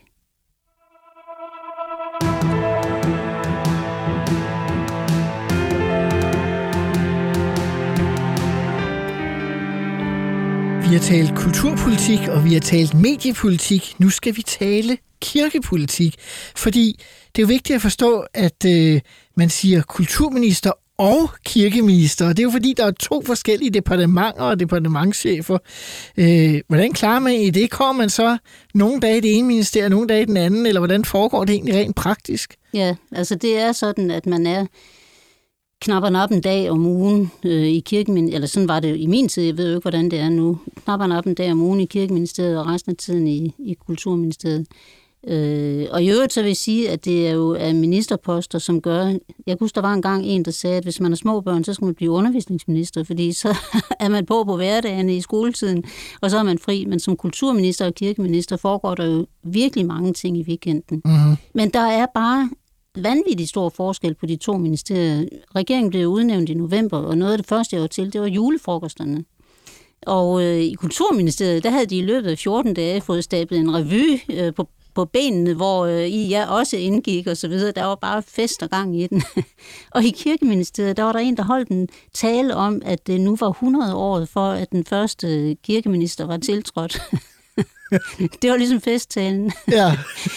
Speaker 6: Vi har talt kulturpolitik, og vi har talt mediepolitik. Nu skal vi tale kirkepolitik, fordi det er jo vigtigt at forstå, at man siger kulturminister og kirkeminister, og det er jo fordi, der er 2 forskellige departementer og departementschefer. Hvordan klarer man i det? Kommer man så nogle dage i det ene ministerie, nogle dage i den anden, eller hvordan foregår det egentlig rent praktisk?
Speaker 7: Ja, altså det er sådan, at man er knapper op en dag om ugen i kirkeministeriet, eller sådan var det i min tid, jeg ved jo ikke, hvordan det er nu, knapper op en dag om ugen i kirkeministeriet, og resten af tiden i kulturministeriet. Og i øvrigt så vil jeg sige, at det er jo af ministerposter, som gør... Jeg kan huske, der var engang en, der sagde, at hvis man har små børn, så skal man blive undervisningsminister, fordi så er man på hverdagene i skoletiden, og så er man fri. Men som kulturminister og kirkeminister foregår der jo virkelig mange ting i weekenden. Mm-hmm. Men der er bare vanvittigt stor forskel på de 2 ministerier. Regeringen blev udnævnt i november, og noget af det første, jeg var til, det var julefrokosterne. Og i Kulturministeriet, der havde de i løbet af 14 dage fået stablet en revy på benene, hvor jeg også indgik og så videre. Der var bare fest og gang i den. Og i Kirkeministeriet, der var der en, der holdt en tale om, at det nu var 100 år for, at den første kirkeminister var tiltrådt. Det var ligesom festtalen. Ja.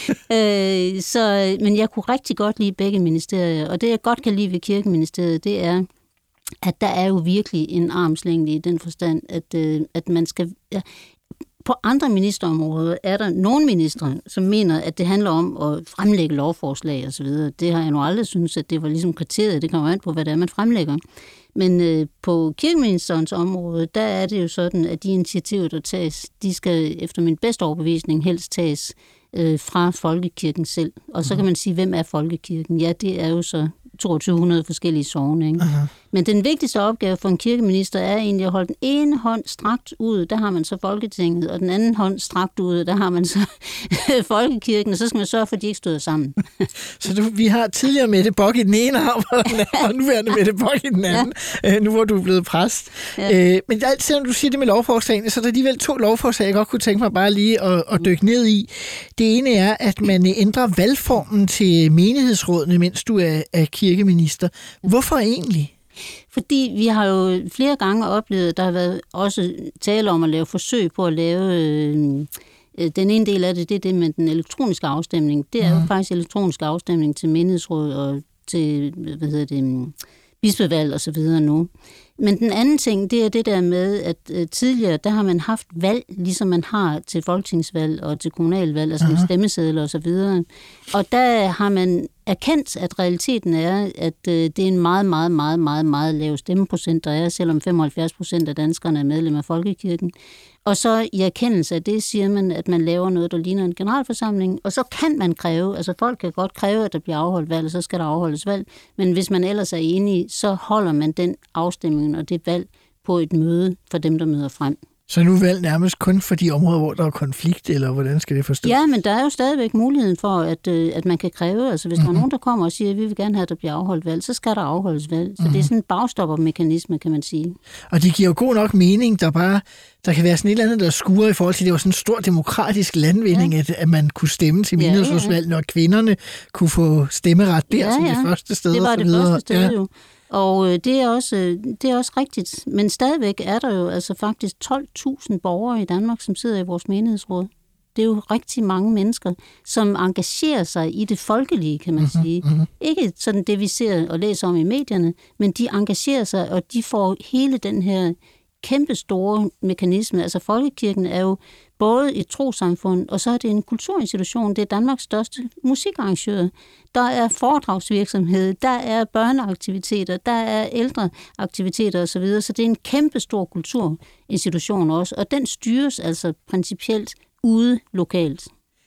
Speaker 7: Men jeg kunne rigtig godt lide begge ministerier, og det jeg godt kan lide ved Kirkeministeriet, det er, at der er jo virkelig en armslængde i den forstand, at man skal... Ja, på andre ministerområder er der nogle ministre, som mener, at det handler om at fremlægge lovforslag osv. Det har jeg nu aldrig synes, at det var ligesom kriteriet. Det kommer an på, hvad det er, man fremlægger. Men på kirkeministerens område, der er det jo sådan, at de initiativer, der tages, de skal efter min bedste overbevisning helst tages fra folkekirken selv. Og så kan man sige, hvem er folkekirken? Ja, det er jo så 2200 forskellige sogne. Ikke? Men den vigtigste opgave for en kirkeminister er egentlig at holde den ene hånd strakt ud, der har man så Folketinget, og den anden hånd strakt ud, der har man så folkekirken, og så skal man sørge for, at de ikke støder sammen.
Speaker 6: Så vi har tidligere Mette Bock i den ene arm, og nu er det Mette Bock i den anden, nu hvor du er blevet præst. Ja. Men selvom du siger det med lovforslagene, så er der alligevel 2 lovforslag, jeg godt kunne tænke mig bare lige at dykke ned i. Det ene er, at man ændrer valgformen til menighedsrådene, mens du er kirkeminister. Hvorfor egentlig?
Speaker 7: Fordi vi har jo flere gange oplevet, at der har været også tale om at lave forsøg på at lave... den ene del af det, det er det med den elektroniske afstemning. Det er jo faktisk elektronisk afstemning til menighedsråd og til, bispevalg og så videre nu. Men den anden ting, det er det der med, at tidligere, der har man haft valg, ligesom man har til folketingsvalg og til kommunalvalg, altså stemmesedler og så videre. Og der har man erkendt, at realiteten er, at det er en meget, meget, meget, meget, meget lav stemmeprocent, der er, selvom 75% af danskerne er medlem af folkekirken. Og så i erkendelse af det, siger man, at man laver noget, der ligner en generalforsamling, og så kan man kræve, altså folk kan godt kræve, at der bliver afholdt valg, og så skal der afholdes valg, men hvis man ellers er enig, så holder man den afstemning og det valg på et møde for dem, der møder frem.
Speaker 6: Så nu valg nærmest kun for de områder, hvor der er konflikt, eller hvordan skal det forstås?
Speaker 7: Ja, men der er jo stadigvæk muligheden for, at man kan kræve, altså hvis der er nogen, der kommer og siger, at vi vil gerne have, at der bliver afholdt valg, så skal der afholdes valg. Så det er sådan en bagstoppermekanisme, kan man sige.
Speaker 6: Og det giver jo god nok mening, der kan være sådan et eller andet, der skuer i forhold til, det var sådan en stor demokratisk landvinding, at man kunne stemme til menighedsrådsvalg, når kvinderne kunne få stemmeret der som det første sted.
Speaker 7: Det var det første sted jo. Og det er også rigtigt. Men stadigvæk er der jo altså faktisk 12.000 borgere i Danmark, som sidder i vores menighedsråd. Det er jo rigtig mange mennesker, som engagerer sig i det folkelige, kan man sige. Ikke sådan det, vi ser og læser om i medierne, men de engagerer sig, og de får hele den her kæmpe store mekanisme. Altså folkekirken er jo både et trossamfund, og så er det en kulturinstitution. Det er Danmarks største musikarrangør. Der er foredragsvirksomhed, der er børneaktiviteter, der er ældreaktiviteter osv. Så det er en kæmpe stor kulturinstitution også, og den styres altså principielt ude lokalt.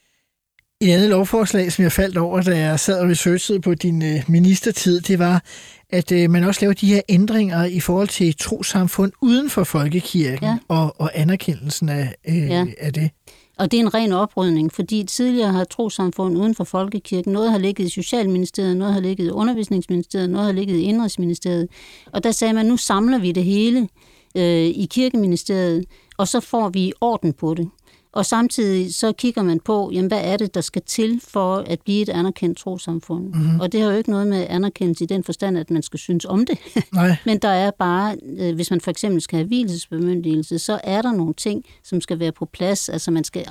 Speaker 6: Et andet lovforslag, som jeg faldt over, da jeg sad og researchede på din ministertid, det var, at man også laver de her ændringer i forhold til trossamfund uden for folkekirken og anerkendelsen af det. Og
Speaker 7: det er en ren oprydning, fordi tidligere har trossamfund uden for folkekirken, noget har ligget i Socialministeriet, noget har ligget i Undervisningsministeriet, noget har ligget i Indenrigsministeriet. Og der sagde man, nu samler vi det hele i Kirkeministeriet, og så får vi orden på det. Og samtidig så kigger man på, jamen, hvad er det, der skal til for at blive et anerkendt trossamfund. Og det har jo ikke noget med anerkendelse i den forstand, at man skal synes om det. Nej. Men der er bare, hvis man for eksempel skal have vielsesbemyndigelse, så er der nogle ting, som skal være på plads. Altså man skal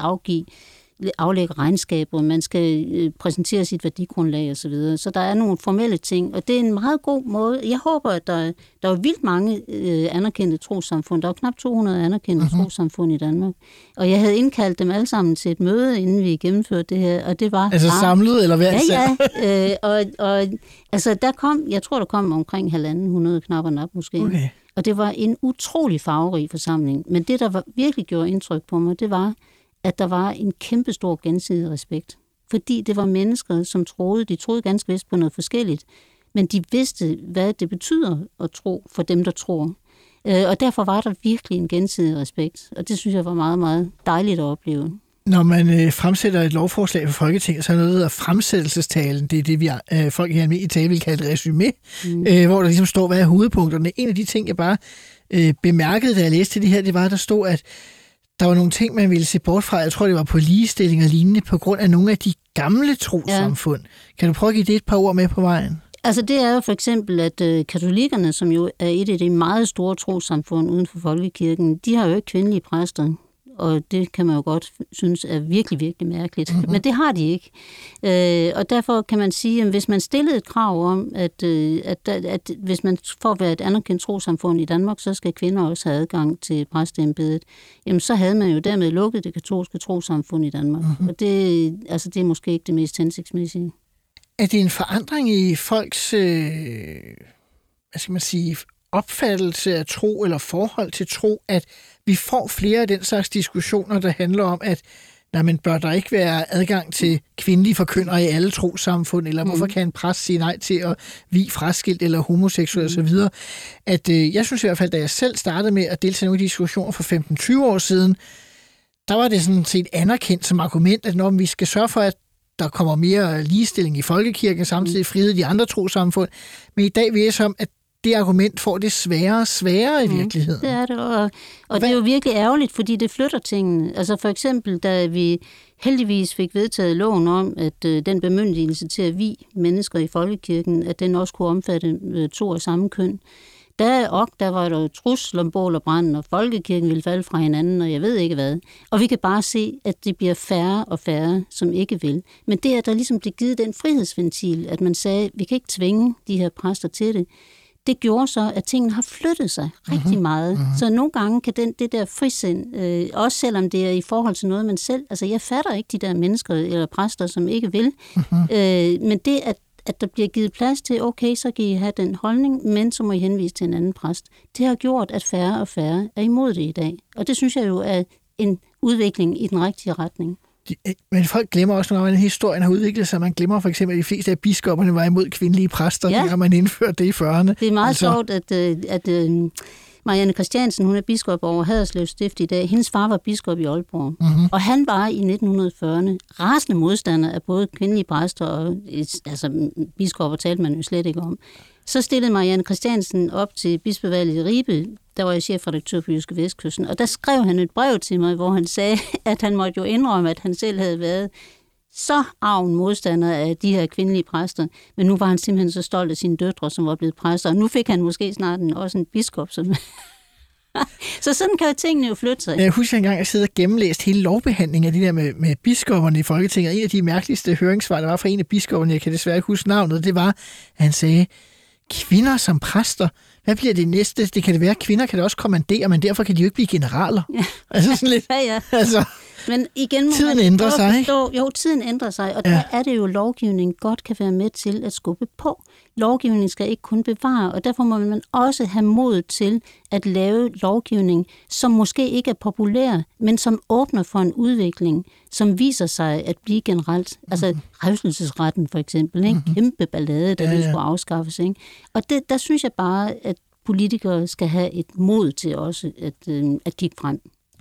Speaker 7: aflægge regnskaber, man skal præsentere sit værdigrundlag osv. Så der er nogle formelle ting, og det er en meget god måde. Jeg håber, at der er vildt mange anerkendte trossamfund. Der er knap 200 anerkendte trossamfund i Danmark. Og jeg havde indkaldt dem alle sammen til et møde, inden vi gennemførte det her, og det var...
Speaker 6: Altså samlet, eller hvad?
Speaker 7: Ja. Og altså jeg tror, der kom omkring 1.500 knap og nap måske. Okay. Og det var en utrolig farverig forsamling. Men det, der virkelig gjorde indtryk på mig, det var, at der var en kæmpestor gensidig respekt. Fordi det var mennesker, som de troede ganske vist på noget forskelligt, men de vidste, hvad det betyder at tro for dem, der tror. Og derfor var der virkelig en gensidig respekt, og det synes jeg var meget, meget dejligt at opleve.
Speaker 6: Når man fremsætter et lovforslag for Folketinget, så er noget, der hedder fremsættelsestalen. Det er det, vi folk her i tale vil kalde et resumé, hvor der ligesom står, hvad er hovedpunkterne. En af de ting, jeg bare bemærkede, da jeg læste det her, det var, at der stod, at der var nogle ting, man ville se bort fra. Jeg tror, det var på ligestilling og lignende, på grund af nogle af de gamle trossamfund. Ja. Kan du prøve at give det et par ord med på vejen?
Speaker 7: Altså det er jo for eksempel, at katolikkerne, som jo er et af de meget store trossamfund uden for folkekirken, de har jo ikke kvindelige præster. Og det kan man jo godt synes er virkelig, virkelig mærkeligt. Men det har de ikke. Og derfor kan man sige, at hvis man stillede et krav om, at hvis man får at være et anerkendt trossamfund i Danmark, så skal kvinder også have adgang til præsteembedet, jamen så havde man jo dermed lukket det katolske trossamfund i Danmark. Og det er måske ikke det mest hensigtsmæssige.
Speaker 6: Er det en forandring i folks, opfattelse af tro eller forhold til tro, at vi får flere af den slags diskussioner, der handler om, at bør der ikke være adgang til kvindelige forkyndere i alle trossamfund, eller hvorfor kan en præst sige nej til at vie fraskilt eller homoseksuel osv. At jeg synes i hvert fald, da jeg selv startede med at deltage i nogle diskussioner for 15-20 år siden, der var det sådan set anerkendt som argument, at når vi skal sørge for, at der kommer mere ligestilling i folkekirken, samtidig frihed i de andre trossamfund. Men i dag vil jeg som, at det argument får det sværere og sværere i virkeligheden.
Speaker 7: Det er det, og det er jo virkelig ærgerligt, fordi det flytter tingene. Altså for eksempel, da vi heldigvis fik vedtaget loven om, at den bemyndigelse til at vie mennesker i folkekirken, at den også kunne omfatte to af samme køn. Der var der trusler om bål og brand, og folkekirken ville falde fra hinanden, og jeg ved ikke hvad. Og vi kan bare se, at det bliver færre og færre, som ikke vil. Men det er der ligesom det givet den frihedsventil, at man sagde, vi kan ikke tvinge de her præster til det. Det gjorde så, at tingene har flyttet sig rigtig meget. Så nogle gange kan det der frisind, også selvom det er i forhold til noget, man selv... Altså, jeg fatter ikke de der mennesker eller præster, som ikke vil. Men det, at der bliver givet plads til, okay, så kan I have den holdning, men så må I henvise til en anden præst. Det har gjort, at færre og færre er imod det i dag. Og det synes jeg jo er en udvikling i den rigtige retning.
Speaker 6: Men folk glemmer også, når historien har udviklet sig. Man glemmer for eksempel, at de fleste af biskopperne var imod kvindelige præster, når man indførte det i 40'erne. Det
Speaker 7: er meget sjovt, at Marianne Christiansen, hun er biskop over Haderslev Stift i dag. Hendes far var biskop i Aalborg. Og han var i 1940'erne rasende modstander af både kvindelige præster og biskopper talte man jo slet ikke om. Så stillede Marianne Christiansen op til bispevalget i Ribe. Der var jeg chefredaktør på Jyske Vestkysten, og der skrev han et brev til mig, hvor han sagde, at han måtte jo indrømme, at han selv havde været så arven modstander af de her kvindelige præster, men nu var han simpelthen så stolt af sine døtre, som var blevet præster, og nu fik han måske snart også en biskop, som... Så sådan kan tingene jo flytte sig.
Speaker 6: Jeg husker engang, at jeg sidder og gennemlæst hele lovbehandlingen af de der med biskopperne i Folketinget. En af de mærkeligste høringssvar, der var fra en af biskopperne, jeg kan desværre ikke huske navnet, det var, at han sagde, kvinder som præster, hvad bliver det næste? Det kan det være, at kvinder kan det også kommandere, men derfor kan de jo ikke blive generaler.
Speaker 7: Ja.
Speaker 6: Altså sådan lidt...
Speaker 7: Ja.
Speaker 6: Altså,
Speaker 7: men igen må
Speaker 6: tiden ændrer sig, ikke?
Speaker 7: Jo, tiden ændrer sig, og der er det jo, lovgivning godt kan være med til at skubbe på. Lovgivning skal ikke kun bevare, og derfor må man også have mod til at lave lovgivning, som måske ikke er populær, men som åbner for en udvikling, som viser sig at blive generelt. Altså revselsesretten for eksempel, ikke? Kæmpe ballade, der skulle afskaffes. Ikke? Og der synes jeg bare, at politikere skal have et mod til også at kigge frem.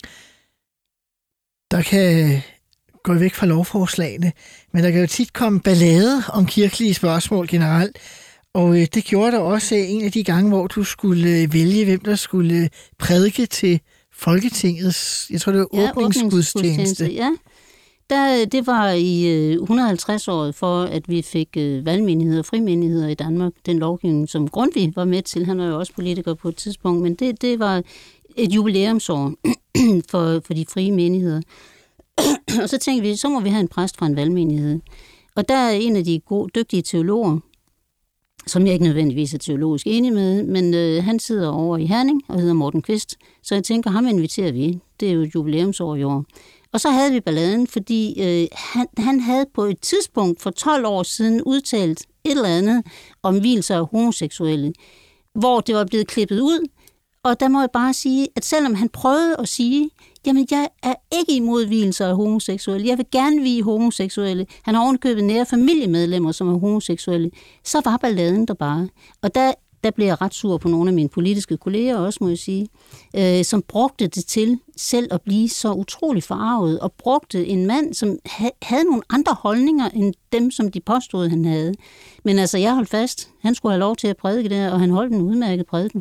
Speaker 6: Der kan gå væk fra lovforslagene, men der kan jo tit komme ballade om kirkelige spørgsmål generelt, og det gjorde der også en af de gange, hvor du skulle vælge, hvem der skulle prædike til Folketingets, jeg tror det var åbningsgudstjeneste.
Speaker 7: Ja, det var i 150-året for, at vi fik valgmenigheder og frimenigheder i Danmark. Den lovgivning, som Grundtvig var med til, han var jo også politiker på et tidspunkt, men det var et jubilæumsår for de frie menigheder. Og så tænkte vi, så må vi have en præst fra en valgmenighed. Og der er en af de dygtige teologer, som jeg ikke nødvendigvis er teologisk enig med, men han sidder over i Herning og hedder Morten Kvist. Så jeg tænker, ham inviterer vi. Det er jo et jubilæumsår i år. Og så havde vi balladen, fordi han havde på et tidspunkt for 12 år siden udtalt et eller andet om vielser af homoseksuelle, hvor det var blevet klippet ud. Og der må jeg bare sige, at selvom han prøvede at sige, jamen jeg er ikke imod vielser af homoseksuelle, jeg vil gerne vie homoseksuelle, han har ovenikøbet nære familiemedlemmer, som er homoseksuelle, så var balladen der bare. Og der blev jeg ret sur på nogle af mine politiske kolleger også, må jeg sige, som brugte det til selv at blive så utrolig forarvet, og brugte en mand, som havde nogle andre holdninger end dem, som de påstod, han havde. Men altså, jeg holdt fast. Han skulle have lov til at prædike det, og han holdt en udmærket prædiken.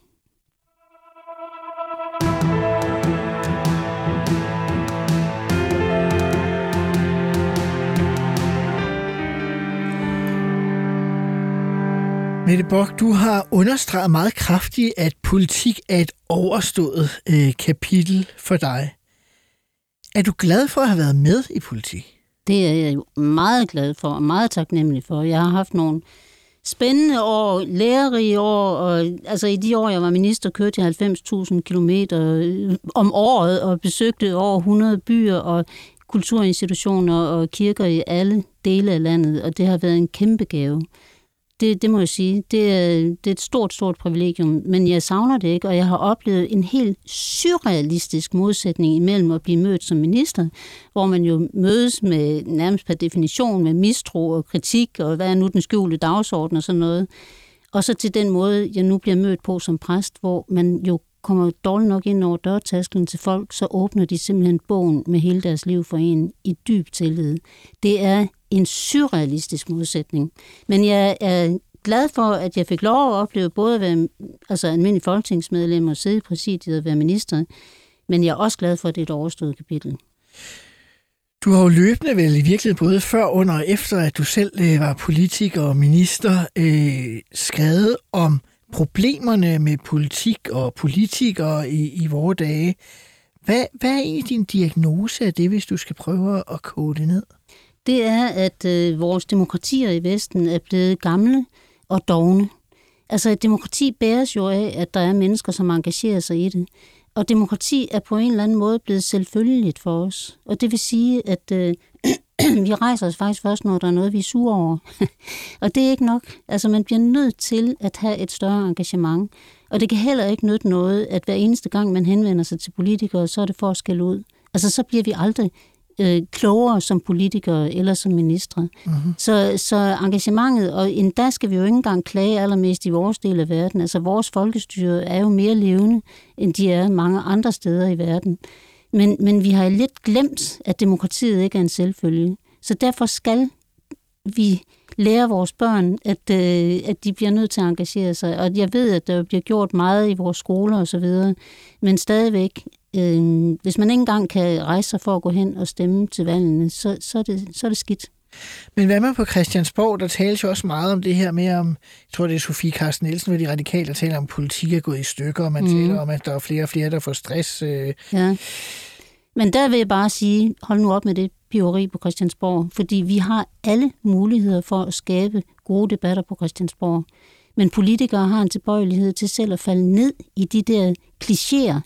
Speaker 6: Mette Bock, du har understreget meget kraftigt, at politik er et overstået kapitel for dig. Er du glad for at have været med i politik? Det
Speaker 7: er jeg jo meget glad for og meget taknemmelig for. Jeg har haft nogle spændende år, lærerige år, og altså i de år, jeg var minister, kørte jeg 90.000 kilometer om året og besøgte over 100 byer og kulturinstitutioner og kirker i alle dele af landet, og det har været en kæmpe gave. Det må jeg sige. Det er et stort privilegium, men jeg savner det ikke, og jeg har oplevet en helt surrealistisk modsætning imellem at blive mødt som minister, hvor man jo mødes med nærmest per definition med mistro og kritik, og hvad er nu den skjulte dagsorden og sådan noget, og så til den måde, jeg nu bliver mødt på som præst, hvor man jo kommer dårligt nok ind over dørtasklen til folk, så åbner de simpelthen bogen med hele deres liv for en i dyb tillid. Det er en surrealistisk modsætning. Men jeg er glad for, at jeg fik lov at opleve både at være almindelig folketingsmedlem og sidde i præsidiet og være minister, men jeg er også glad for, at det er et overstået kapitel.
Speaker 6: Du har jo løbende vel i virkeligheden både før, under og efter, at du selv var politiker og minister, skrevet om problemerne med politik og politikere i vore dage. Hvad er egentlig din diagnose af det, hvis du skal prøve at koge det ned?
Speaker 7: Det er, at vores demokratier i Vesten er blevet gamle og dovne. Altså et demokrati bæres jo af, at der er mennesker, som engagerer sig i det. Og demokrati er på en eller anden måde blevet selvfølgeligt for os. Og det vil sige, at vi rejser os faktisk først, når der er noget, vi er sure over. Og det er ikke nok. Altså man bliver nødt til at have et større engagement. Og det kan heller ikke nytte noget, at hver eneste gang, man henvender sig til politikere, så er det for at skælde ud. Altså så bliver vi aldrig klogere som politikere eller som ministre. Mm-hmm. Så engagementet, og endda skal vi jo ikke engang klage allermest i vores del af verden. Altså vores folkestyre er jo mere levende, end de er mange andre steder i verden. Men vi har lidt glemt, at demokratiet ikke er en selvfølge. Så derfor skal vi lære vores børn, at de bliver nødt til at engagere sig. Og jeg ved, at der bliver gjort meget i vores skoler og så videre, men stadigvæk hvis man ikke engang kan rejse sig for at gå hen og stemme til valgene, så er det skidt.
Speaker 6: Men hvad med på Christiansborg? Der tales jo også meget om det her med, jeg tror det er Sofie Carsten Nielsen ved De Radikale, der taler om, politik er gået i stykker, og man taler om, at der er flere og flere, der får stress.
Speaker 7: Ja. Men der vil jeg bare sige, hold nu op med det piveri på Christiansborg, fordi vi har alle muligheder for at skabe gode debatter på Christiansborg. Men politikere har en tilbøjelighed til selv at falde ned i de der klichéer.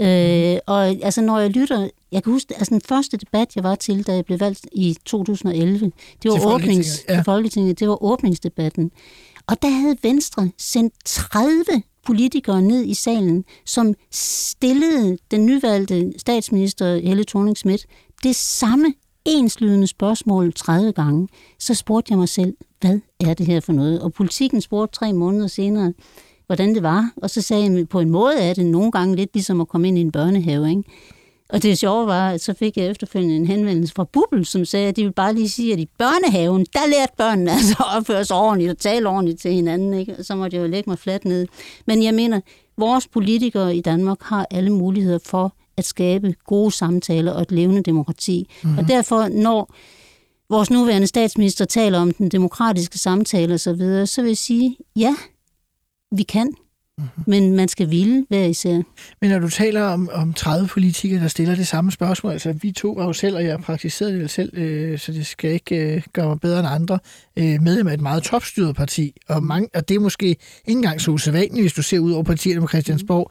Speaker 7: Og altså, når jeg lytter, jeg kan huske, altså den første debat, jeg var til, da jeg blev valgt i 2011, det var Folketinget, det var åbningsdebatten. Og der havde Venstre sendt 30 politikere ned i salen, som stillede den nyvalgte statsminister Helle Thorning-Schmidt det samme enslydende spørgsmål 30 gange. Så spurgte jeg mig selv, hvad er det her for noget? Og Politikken spurgte 3 måneder senere, hvordan det var. Og så sagde jeg, på en måde er det nogle gange lidt ligesom at komme ind i en børnehave, ikke? Og det sjove var, at så fik jeg efterfølgende en henvendelse fra Bubble, som sagde, at de ville bare lige sige, at i børnehaven, der lærte børnene altså at opføre sig ordentligt og tale ordentligt til hinanden, ikke? Og så måtte jeg jo lægge mig fladt ned. Men jeg mener, vores politikere i Danmark har alle muligheder for at skabe gode samtaler og et levende demokrati. Mm-hmm. Og derfor, når vores nuværende statsminister taler om den demokratiske samtale og så videre, så vil jeg sige, ja, vi kan. Mm-hmm. Men man skal ville hver især. Men
Speaker 6: når du taler om 30 politikere, der stiller det samme spørgsmål, altså vi to var jo selv, og jeg praktiserede det selv, så det skal ikke gøre mig bedre end andre, medlem af et meget topstyret parti, og det er måske ikke engang så usædvanligt, hvis du ser ud over partierne på Christiansborg.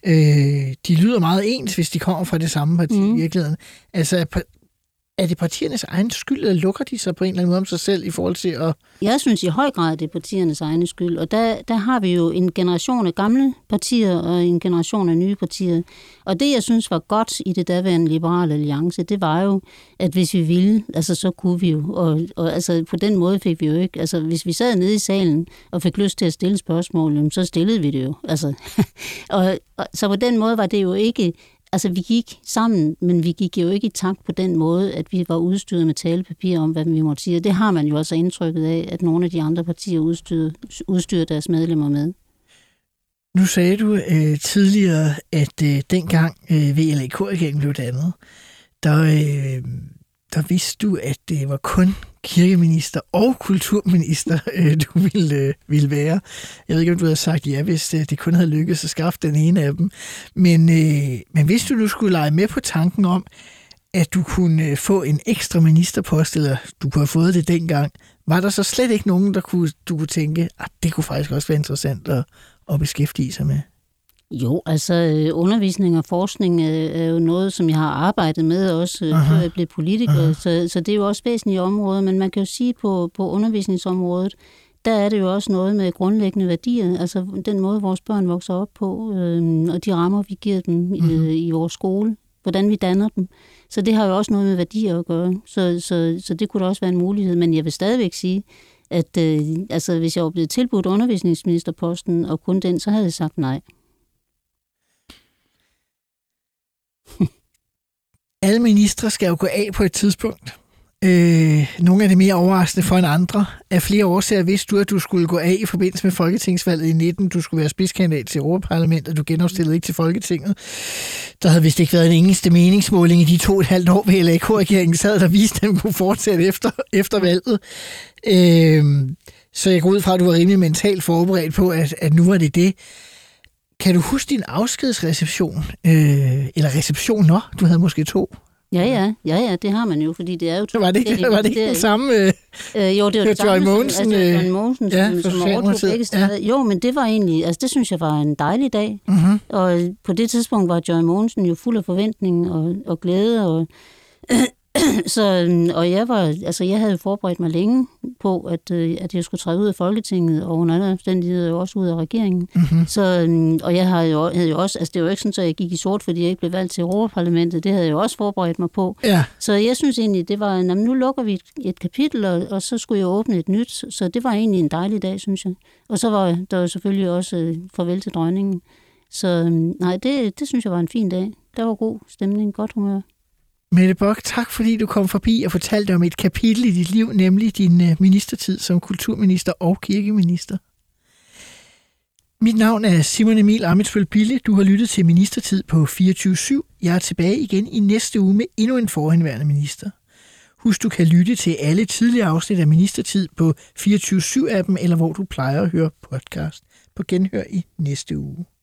Speaker 6: De lyder meget ens, hvis de kommer fra det samme parti i virkeligheden. Altså, er det partiernes egen skyld, eller lukker de sig på en eller anden måde om sig selv i forhold til at... Jeg synes i høj grad, det er partiernes egen skyld, og der har vi jo en generation af gamle partier og en generation af nye partier. Og det, jeg synes var godt i det daværende Liberale Alliance, det var jo, at hvis vi ville, altså så kunne vi jo, og altså på den måde fik vi jo ikke, altså hvis vi sad nede i salen og fik lyst til at stille spørgsmål, så stillede vi det jo. Altså, og så på den måde var det jo ikke... Altså, vi gik sammen, men vi gik jo ikke i takt på den måde, at vi var udstyret med talepapir om, hvad vi måtte sige. Det har man jo også indtrykket af, at nogle af de andre partier udstyrer deres medlemmer med. Nu sagde du tidligere, at dengang VLAK-regeringen blev dannet, der vidste du, at det var kun kirkeminister og kulturminister, du ville være. Jeg ved ikke, om du havde sagt ja, hvis det kun havde lykkedes at skaffe den ene af dem. Men hvis du nu skulle lege med på tanken om, at du kunne få en ekstra ministerpost, eller du kunne have fået det dengang, var der så slet ikke nogen, du kunne tænke, at det kunne faktisk også være interessant at beskæftige sig med?
Speaker 7: Jo, altså undervisning og forskning er jo noget, som jeg har arbejdet med også, før jeg blev politiker, så det er jo også væsentlige områder, men man kan jo sige på undervisningsområdet, der er det jo også noget med grundlæggende værdier, altså den måde, vores børn vokser op på, og de rammer, vi giver dem i vores skole, hvordan vi danner dem. Så det har jo også noget med værdier at gøre, så det kunne da også være en mulighed, men jeg vil stadigvæk sige, at altså, hvis jeg var blevet tilbudt undervisningsministerposten og kun den, så havde jeg sagt nej.
Speaker 6: Alle ministre skal jo gå af på et tidspunkt. Nogle af det mere overraskende for en andre. Af flere årsager vidste du, at du skulle gå af i forbindelse med Folketingsvalget i 19. Du skulle være spidskandidat til Europaparlamentet. Du genopstillede ikke til Folketinget. Der havde vist ikke været en eneste meningsmåling i de 2,5 år, VLAK-regeringen sad, der viste, at den kunne fortsætte efter valget. Så jeg går ud fra, at du var rimelig mentalt forberedt på, at nu var det. Kan du huske din afskedsreception? Eller receptioner? Du havde måske 2.
Speaker 7: Ja, det har man jo, fordi det er jo...
Speaker 6: Var det ikke den samme?
Speaker 7: Jo, det var det samme.
Speaker 6: Joy Mogensen,
Speaker 7: Joy Mogensen, som overtog begge steder. Ja. Jo, men det var egentlig... Altså, det synes jeg var en dejlig dag. Mm-hmm. Og på det tidspunkt var Joy Mogensen jo fuld af forventning og glæde, og jeg havde forberedt mig længe på, at jeg skulle træde ud af Folketinget, og under andre omstændigheder også ud af regeringen. Mm-hmm. Og jeg havde jo også, altså det var jo ikke sådan, at jeg gik i sort, fordi jeg ikke blev valgt til Europaparlamentet. Det havde jeg jo også forberedt mig på. Ja. Så jeg synes egentlig, det var, nu lukker vi et kapitel, og så skulle jeg åbne et nyt. Så det var egentlig en dejlig dag, synes jeg. Og så var der jo selvfølgelig også farvel til dronningen. Så nej, det synes jeg var en fin dag. Der var god stemning, godt humør.
Speaker 6: Mette Bock, tak fordi du kom forbi og fortalte om et kapitel i dit liv, nemlig din ministertid som kulturminister og kirkeminister. Mit navn er Simon Emil Ammitzbøll-Bille. Du har lyttet til Ministertid på 24/7. Jeg er tilbage igen i næste uge med endnu en forhenværende minister. Husk, du kan lytte til alle tidligere afsnit af Ministertid på 24/7-appen, eller hvor du plejer at høre podcast. På genhør i næste uge.